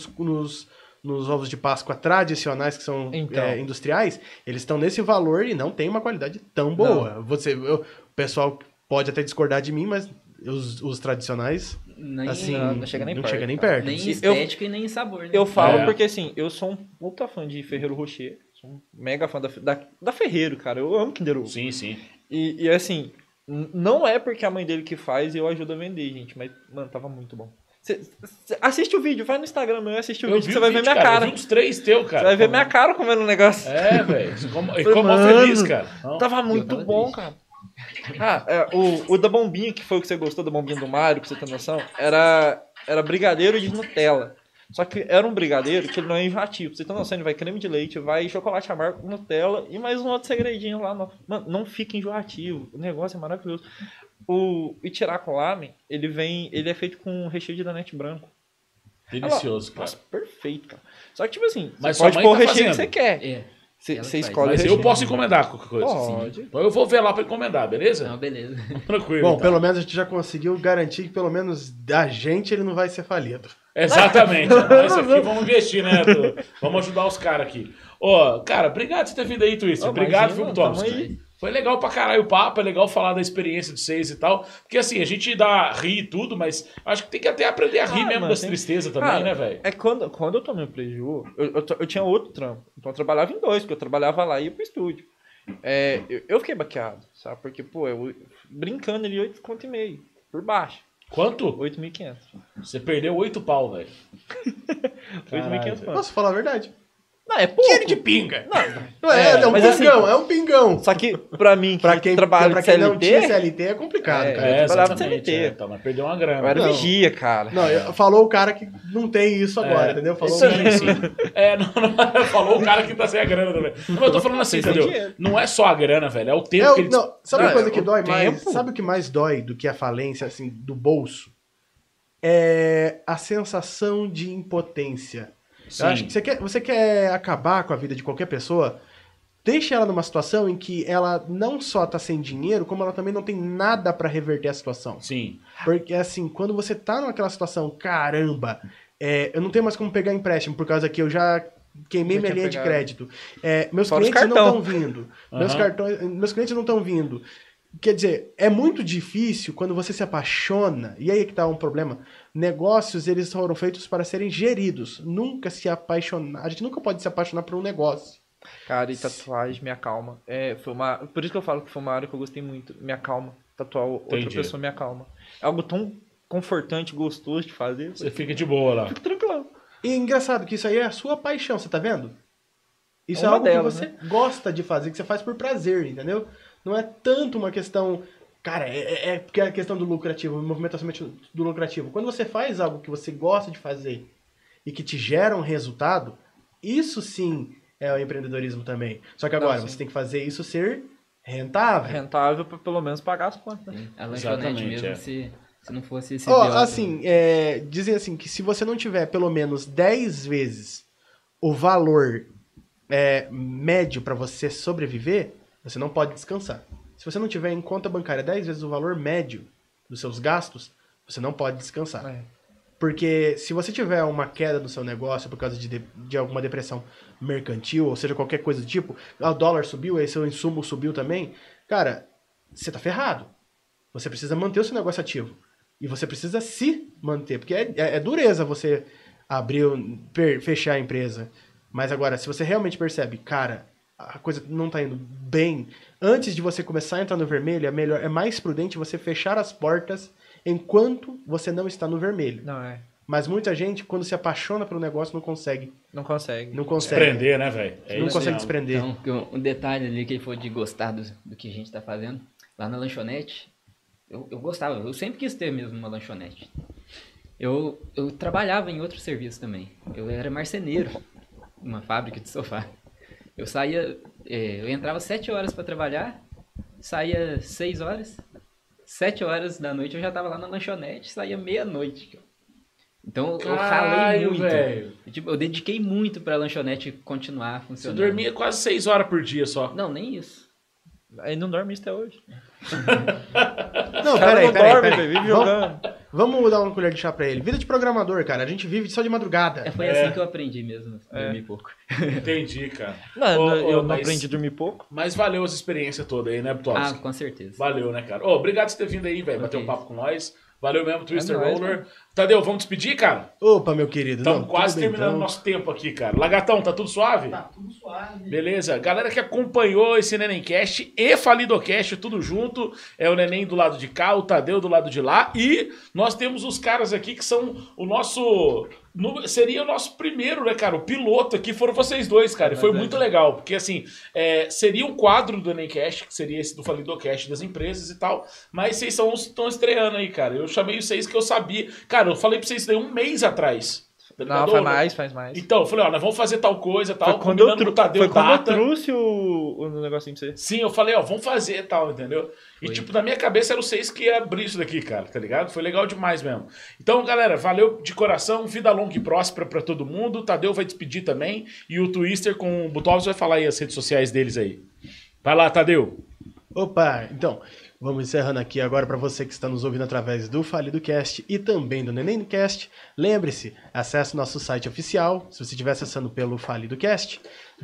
Speaker 2: nos ovos de Páscoa tradicionais, que são
Speaker 3: Então.
Speaker 2: industriais, eles estão nesse valor e não tem uma qualidade tão boa. O pessoal pode até discordar de mim, mas os tradicionais,
Speaker 4: Nem,
Speaker 2: assim,
Speaker 3: não chega nem
Speaker 2: não
Speaker 3: perto,
Speaker 2: chega nem
Speaker 3: cara.
Speaker 2: perto.
Speaker 4: nem em
Speaker 3: Eu-
Speaker 4: estética e nem em sabor, né?
Speaker 3: Eu falo
Speaker 1: É.
Speaker 3: porque, assim, eu sou um puta fã de Ferreiro Rocher. Sou um mega fã da Ferreiro, cara. Eu amo Kinder Ovo.
Speaker 1: Sim, sim.
Speaker 3: E assim, não é porque a mãe dele que faz e eu ajudo a vender, gente. Mas, mano, tava muito bom. Cê assiste o vídeo, vai no Instagram meu, assiste o vídeo, você vai ver minha cara.
Speaker 1: Eu vi uns 3 teu, cara.
Speaker 3: Você vai ver minha cara comendo o negócio.
Speaker 1: É, velho. E
Speaker 3: Falei,
Speaker 1: como
Speaker 3: mano,
Speaker 1: feliz, cara. Não.
Speaker 3: Tava muito
Speaker 4: tava
Speaker 3: bom,
Speaker 4: triste.
Speaker 3: cara. O da bombinha, que foi o que você gostou da bombinha do Mario, pra você ter noção, era brigadeiro de Nutella. Só que era um brigadeiro que ele não é enjoativo. Pra você ter noção, ele vai creme de leite, vai chocolate amargo, Nutella e mais um outro segredinho lá. Mano, não fica enjoativo. O negócio é maravilhoso. O Ichiraku Lamen, ele é feito com recheio de danete branco.
Speaker 1: Delicioso, cara.
Speaker 3: Nossa, perfeito, cara. Só que, tipo assim,
Speaker 1: Mas
Speaker 3: você
Speaker 1: sua
Speaker 3: pode
Speaker 1: mãe
Speaker 3: pôr o
Speaker 1: tá
Speaker 3: recheio que
Speaker 1: fazendo.
Speaker 3: você quer.
Speaker 4: É.
Speaker 3: Você
Speaker 4: Ela faz.
Speaker 3: escolhe o
Speaker 1: Mas
Speaker 3: recheio.
Speaker 1: eu posso encomendar qualquer coisa.
Speaker 3: Pode.
Speaker 1: Então eu vou ver lá pra encomendar, beleza?
Speaker 4: Não, beleza.
Speaker 1: Tranquilo.
Speaker 2: Bom,
Speaker 1: então.
Speaker 2: pelo menos a gente já conseguiu garantir que pelo menos da gente ele não vai ser falido.
Speaker 1: Exatamente. Nós aqui vamos investir, né? Vamos ajudar os caras aqui. Ô, cara, obrigado por você ter vindo aí, Twister.
Speaker 3: Ô,
Speaker 1: Obrigado,
Speaker 3: imagina,
Speaker 1: viu,
Speaker 3: tamo
Speaker 1: Thomas?
Speaker 3: aí.
Speaker 1: Foi legal pra caralho o papo, é legal falar da experiência de vocês e tal. Porque assim, a gente ri e tudo, mas acho que tem que até aprender a rir mesmo
Speaker 3: mano,
Speaker 1: das
Speaker 3: tem-
Speaker 1: tristezas também,
Speaker 3: Cara,
Speaker 1: né, velho?
Speaker 3: É quando eu tomei o preju, eu tinha outro trampo. Então eu trabalhava em dois, porque eu trabalhava lá e ia pro estúdio. Eu fiquei baqueado, sabe? Porque, pô, eu brincando ali 8,5 conto por baixo.
Speaker 1: Quanto?
Speaker 3: 8.500.
Speaker 1: Você perdeu 8 pau, velho.
Speaker 3: 8.500 conto.
Speaker 2: Posso falar a verdade?
Speaker 3: Não, é pouco.
Speaker 2: Dinheiro de pinga.
Speaker 3: Não,
Speaker 2: É um
Speaker 3: mas
Speaker 2: pingão,
Speaker 3: assim,
Speaker 2: é um pingão.
Speaker 3: Só que, pra mim, que
Speaker 2: Pra quem
Speaker 3: trabalha de
Speaker 2: não tinha
Speaker 3: CLT,
Speaker 2: CLT é complicado, cara.
Speaker 3: eu trabalhava de
Speaker 1: exatamente,
Speaker 3: CLT.
Speaker 1: Então, mas perdeu uma grana.
Speaker 3: eu era
Speaker 2: Não.
Speaker 3: vigia, cara.
Speaker 2: Não, falou o cara que não tem isso agora, entendeu? Falou
Speaker 1: Sim, sim. Não, falou o cara que tá sem a grana também. Não, mas eu tô falando assim,
Speaker 3: Sem
Speaker 1: entendeu?
Speaker 3: dinheiro.
Speaker 1: Não é só a grana, velho. É o tempo que eles...
Speaker 2: Não, sabe
Speaker 3: Não,
Speaker 2: uma coisa que
Speaker 3: o
Speaker 2: dói mais?
Speaker 3: tempo.
Speaker 2: Sabe o que mais dói do que a falência, assim, do bolso? É a sensação de impotência. Eu acho que você quer acabar com a vida de qualquer pessoa, deixa ela numa situação em que ela não só tá sem dinheiro, como ela também não tem nada pra reverter a situação.
Speaker 1: Sim.
Speaker 2: Porque, assim, quando você tá naquela situação, caramba, eu não tenho mais como pegar empréstimo, por causa que eu já queimei
Speaker 3: Já
Speaker 2: minha
Speaker 3: tinha
Speaker 2: linha de
Speaker 3: pegado.
Speaker 2: crédito. Meus
Speaker 3: Fora os
Speaker 2: clientes não
Speaker 3: cartão.
Speaker 2: estão vindo.
Speaker 1: Aham.
Speaker 2: Meus clientes não estão vindo. Quer dizer, é muito difícil quando você se apaixona, e aí é que tá um problema. Negócios, eles foram feitos para serem geridos. Nunca se apaixonar. A gente nunca pode se apaixonar por um negócio.
Speaker 3: Cara, e tatuagem me acalma. Por isso que eu falo que foi uma área que eu gostei muito. Me acalma. Tatuar outra
Speaker 1: Entendi.
Speaker 3: pessoa me acalma. É algo tão confortante, gostoso de fazer.
Speaker 1: Você fica de boa lá.
Speaker 3: Fico tranquilo.
Speaker 2: E é engraçado que isso aí é a sua paixão, você tá vendo? Isso é
Speaker 3: Uma
Speaker 2: algo
Speaker 3: delas,
Speaker 2: que você gosta de fazer, que você faz por prazer, entendeu? Não é tanto uma questão... Cara, porque é a questão do lucrativo, movimentação do lucrativo. Quando você faz algo que você gosta de fazer e que te gera um resultado, isso sim é o empreendedorismo também. Só que agora,
Speaker 3: Não, sim.
Speaker 2: você tem que fazer isso ser rentável.
Speaker 3: Rentável pra pelo menos pagar as contas.
Speaker 4: Sim, a lanchonete
Speaker 1: Exatamente,
Speaker 4: mesmo,
Speaker 1: é.
Speaker 4: se não fosse esse
Speaker 2: Ó,
Speaker 4: BO,
Speaker 2: assim, dizem assim que se você não tiver pelo menos 10 vezes o valor médio para você sobreviver, você não pode descansar. Se você não tiver em conta bancária 10 vezes o valor médio dos seus gastos, você não pode descansar.
Speaker 3: É.
Speaker 2: Porque se você tiver uma queda no seu negócio por causa de alguma depressão mercantil, ou seja, qualquer coisa do tipo, o dólar subiu, aí seu insumo subiu também, cara, você tá ferrado. Você precisa manter o seu negócio ativo. E você precisa se manter, porque é dureza você abrir, fechar a empresa. Mas agora, se você realmente percebe, cara, a coisa não tá indo bem, antes de você começar a entrar no vermelho, é mais prudente você fechar as portas enquanto você não está no vermelho.
Speaker 3: Não, é.
Speaker 2: Mas muita gente, quando se apaixona pelo negócio, não consegue.
Speaker 3: Não consegue.
Speaker 2: Não consegue.
Speaker 1: Desprender, né, velho? É
Speaker 2: Não
Speaker 1: isso
Speaker 2: consegue
Speaker 1: mesmo.
Speaker 2: desprender.
Speaker 4: Então, que um detalhe ali que ele falou de gostar do que a gente tá fazendo, lá na lanchonete, eu gostava, eu sempre quis ter mesmo uma lanchonete. Eu trabalhava em outro serviço também. Eu era marceneiro numa fábrica de sofá. Eu saía, eu entrava 7 horas para trabalhar, saía 6 horas, 7 horas da noite eu já tava lá na lanchonete, saía meia-noite. Então eu ralei
Speaker 1: Caralho,
Speaker 4: muito.
Speaker 1: velho.
Speaker 4: Tipo, eu dediquei muito pra lanchonete continuar
Speaker 1: Você
Speaker 4: funcionando.
Speaker 1: dormia quase 6 horas por dia só.
Speaker 4: Não, nem isso.
Speaker 3: Aí não dorme isso até hoje.
Speaker 2: Não,
Speaker 3: O cara
Speaker 2: peraí,
Speaker 3: não dorme,
Speaker 2: peraí.
Speaker 3: velho, vive jogando.
Speaker 2: Vamos dar uma colher de chá pra ele. Vida de programador, cara. A gente vive só de madrugada.
Speaker 4: Foi assim que eu aprendi mesmo, dormir pouco.
Speaker 1: Entendi, cara.
Speaker 3: Não, eu não
Speaker 1: mas-
Speaker 3: aprendi a dormir pouco.
Speaker 1: Mas valeu essa experiência toda aí, né,
Speaker 4: Ah,
Speaker 1: Butovski?
Speaker 4: com certeza.
Speaker 1: Valeu, né, cara? Ô, obrigado por ter vindo aí, velho, bater um
Speaker 4: Ok.
Speaker 1: papo com nós. Valeu mesmo, Twister
Speaker 3: nóis,
Speaker 1: Roller.
Speaker 3: mano.
Speaker 1: Tadeu, vamos despedir, cara?
Speaker 2: Opa, meu querido.
Speaker 1: Estamos
Speaker 2: Não,
Speaker 1: quase
Speaker 2: tudo bem,
Speaker 1: terminando o
Speaker 2: então.
Speaker 1: nosso tempo aqui, cara. Lagartão, tá tudo suave?
Speaker 5: Tá tudo suave.
Speaker 1: Beleza. Galera que acompanhou esse Nenemcast e Falidocast, tudo junto. É o Neném do lado de cá, o Tadeu do lado de lá. E nós temos os caras aqui que são o nosso... Seria o nosso primeiro, né, cara? O piloto aqui foram vocês dois, cara. E foi muito legal. Porque, assim, seria um quadro do Nenemcast, que seria esse do Falidocast das empresas e tal. Mas vocês estão estreando aí, cara. Eu chamei vocês que eu sabia. Cara, eu falei pra vocês daí um mês atrás. Tá
Speaker 3: Não,
Speaker 1: ligado?
Speaker 3: faz mais.
Speaker 1: Então, eu falei, ó, nós vamos fazer tal coisa, tal,
Speaker 3: Foi quando eu,
Speaker 1: combinando com o Tadeu
Speaker 3: foi quando eu
Speaker 1: data.
Speaker 3: trouxe o negocinho pra você.
Speaker 1: Sim, eu falei, ó, vamos fazer tal, entendeu? E, tipo, na minha cabeça eram vocês que ia abrir isso daqui, cara, tá ligado? Foi legal demais mesmo. Então, galera, valeu de coração, vida longa e próspera pra todo mundo. O Tadeu vai despedir também. E o Twister com o Butovski vai falar aí as redes sociais deles aí. Vai lá, Tadeu.
Speaker 2: Opa, então, vamos encerrando aqui agora para você que está nos ouvindo através do FalidoCast e também do Nenemcast. Lembre-se, acesse nosso site oficial, se você estiver acessando pelo FalidoCast,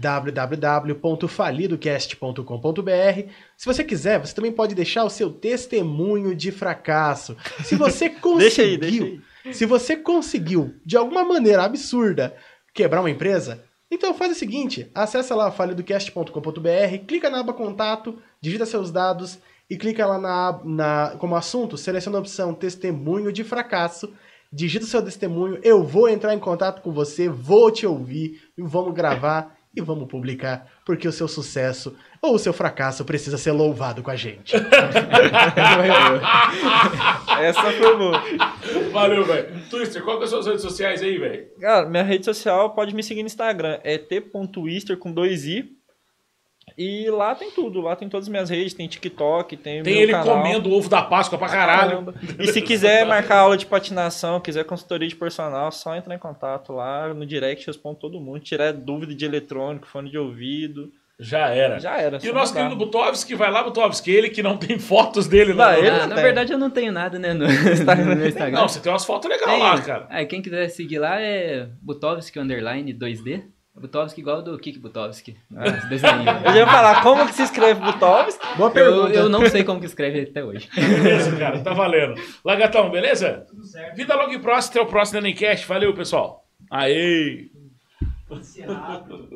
Speaker 2: www.falidocast.com.br. Se você quiser, você também pode deixar o seu testemunho de fracasso. Se você
Speaker 3: Deixa aí,
Speaker 2: conseguiu, se você conseguiu, de alguma maneira absurda, quebrar uma empresa, Então faz o seguinte, acessa lá falidocast.com.br, clica na aba contato, digita seus dados e clica lá como assunto, seleciona a opção testemunho de fracasso, digita o seu testemunho, eu vou entrar em contato com você, vou te ouvir, vamos gravar e vamos publicar, porque o seu sucesso ou o seu fracasso precisa ser louvado com a gente.
Speaker 3: Essa foi boa.
Speaker 1: Valeu, velho. Twister, qual que são as suas redes sociais aí, velho?
Speaker 3: Cara, minha rede social pode me seguir no Instagram, é t.twister com 2i. E lá tem tudo, lá tem todas as minhas redes, tem TikTok, tem meu
Speaker 1: ele
Speaker 3: canal.
Speaker 1: comendo o ovo da Páscoa pra caralho.
Speaker 3: E se quiser marcar aula de patinação, quiser consultoria de personal, só entra em contato lá no direct, respondo todo mundo. Tirar dúvida de eletrônico, fone de ouvido.
Speaker 1: Já era.
Speaker 3: E
Speaker 1: o nosso querido Butovski, vai lá, Butovski, ele que não tem fotos dele lá.
Speaker 4: Na verdade eu não tenho nada, né, no Instagram.
Speaker 1: Não, você tem umas fotos legais lá, cara.
Speaker 4: Quem quiser seguir lá é Butovski _ 2D. Butovski igual do Kik Butovski.
Speaker 3: Eu já ia falar, como que se escreve Butovski?
Speaker 2: Boa pergunta.
Speaker 4: Eu não sei como que escreve até hoje.
Speaker 1: Beleza, cara, tá valendo. Lagatão, beleza?
Speaker 5: Tudo certo.
Speaker 1: Vida longa e próxima, até o próximo Nenemcast. Valeu, pessoal. Aê!
Speaker 5: Encerrado.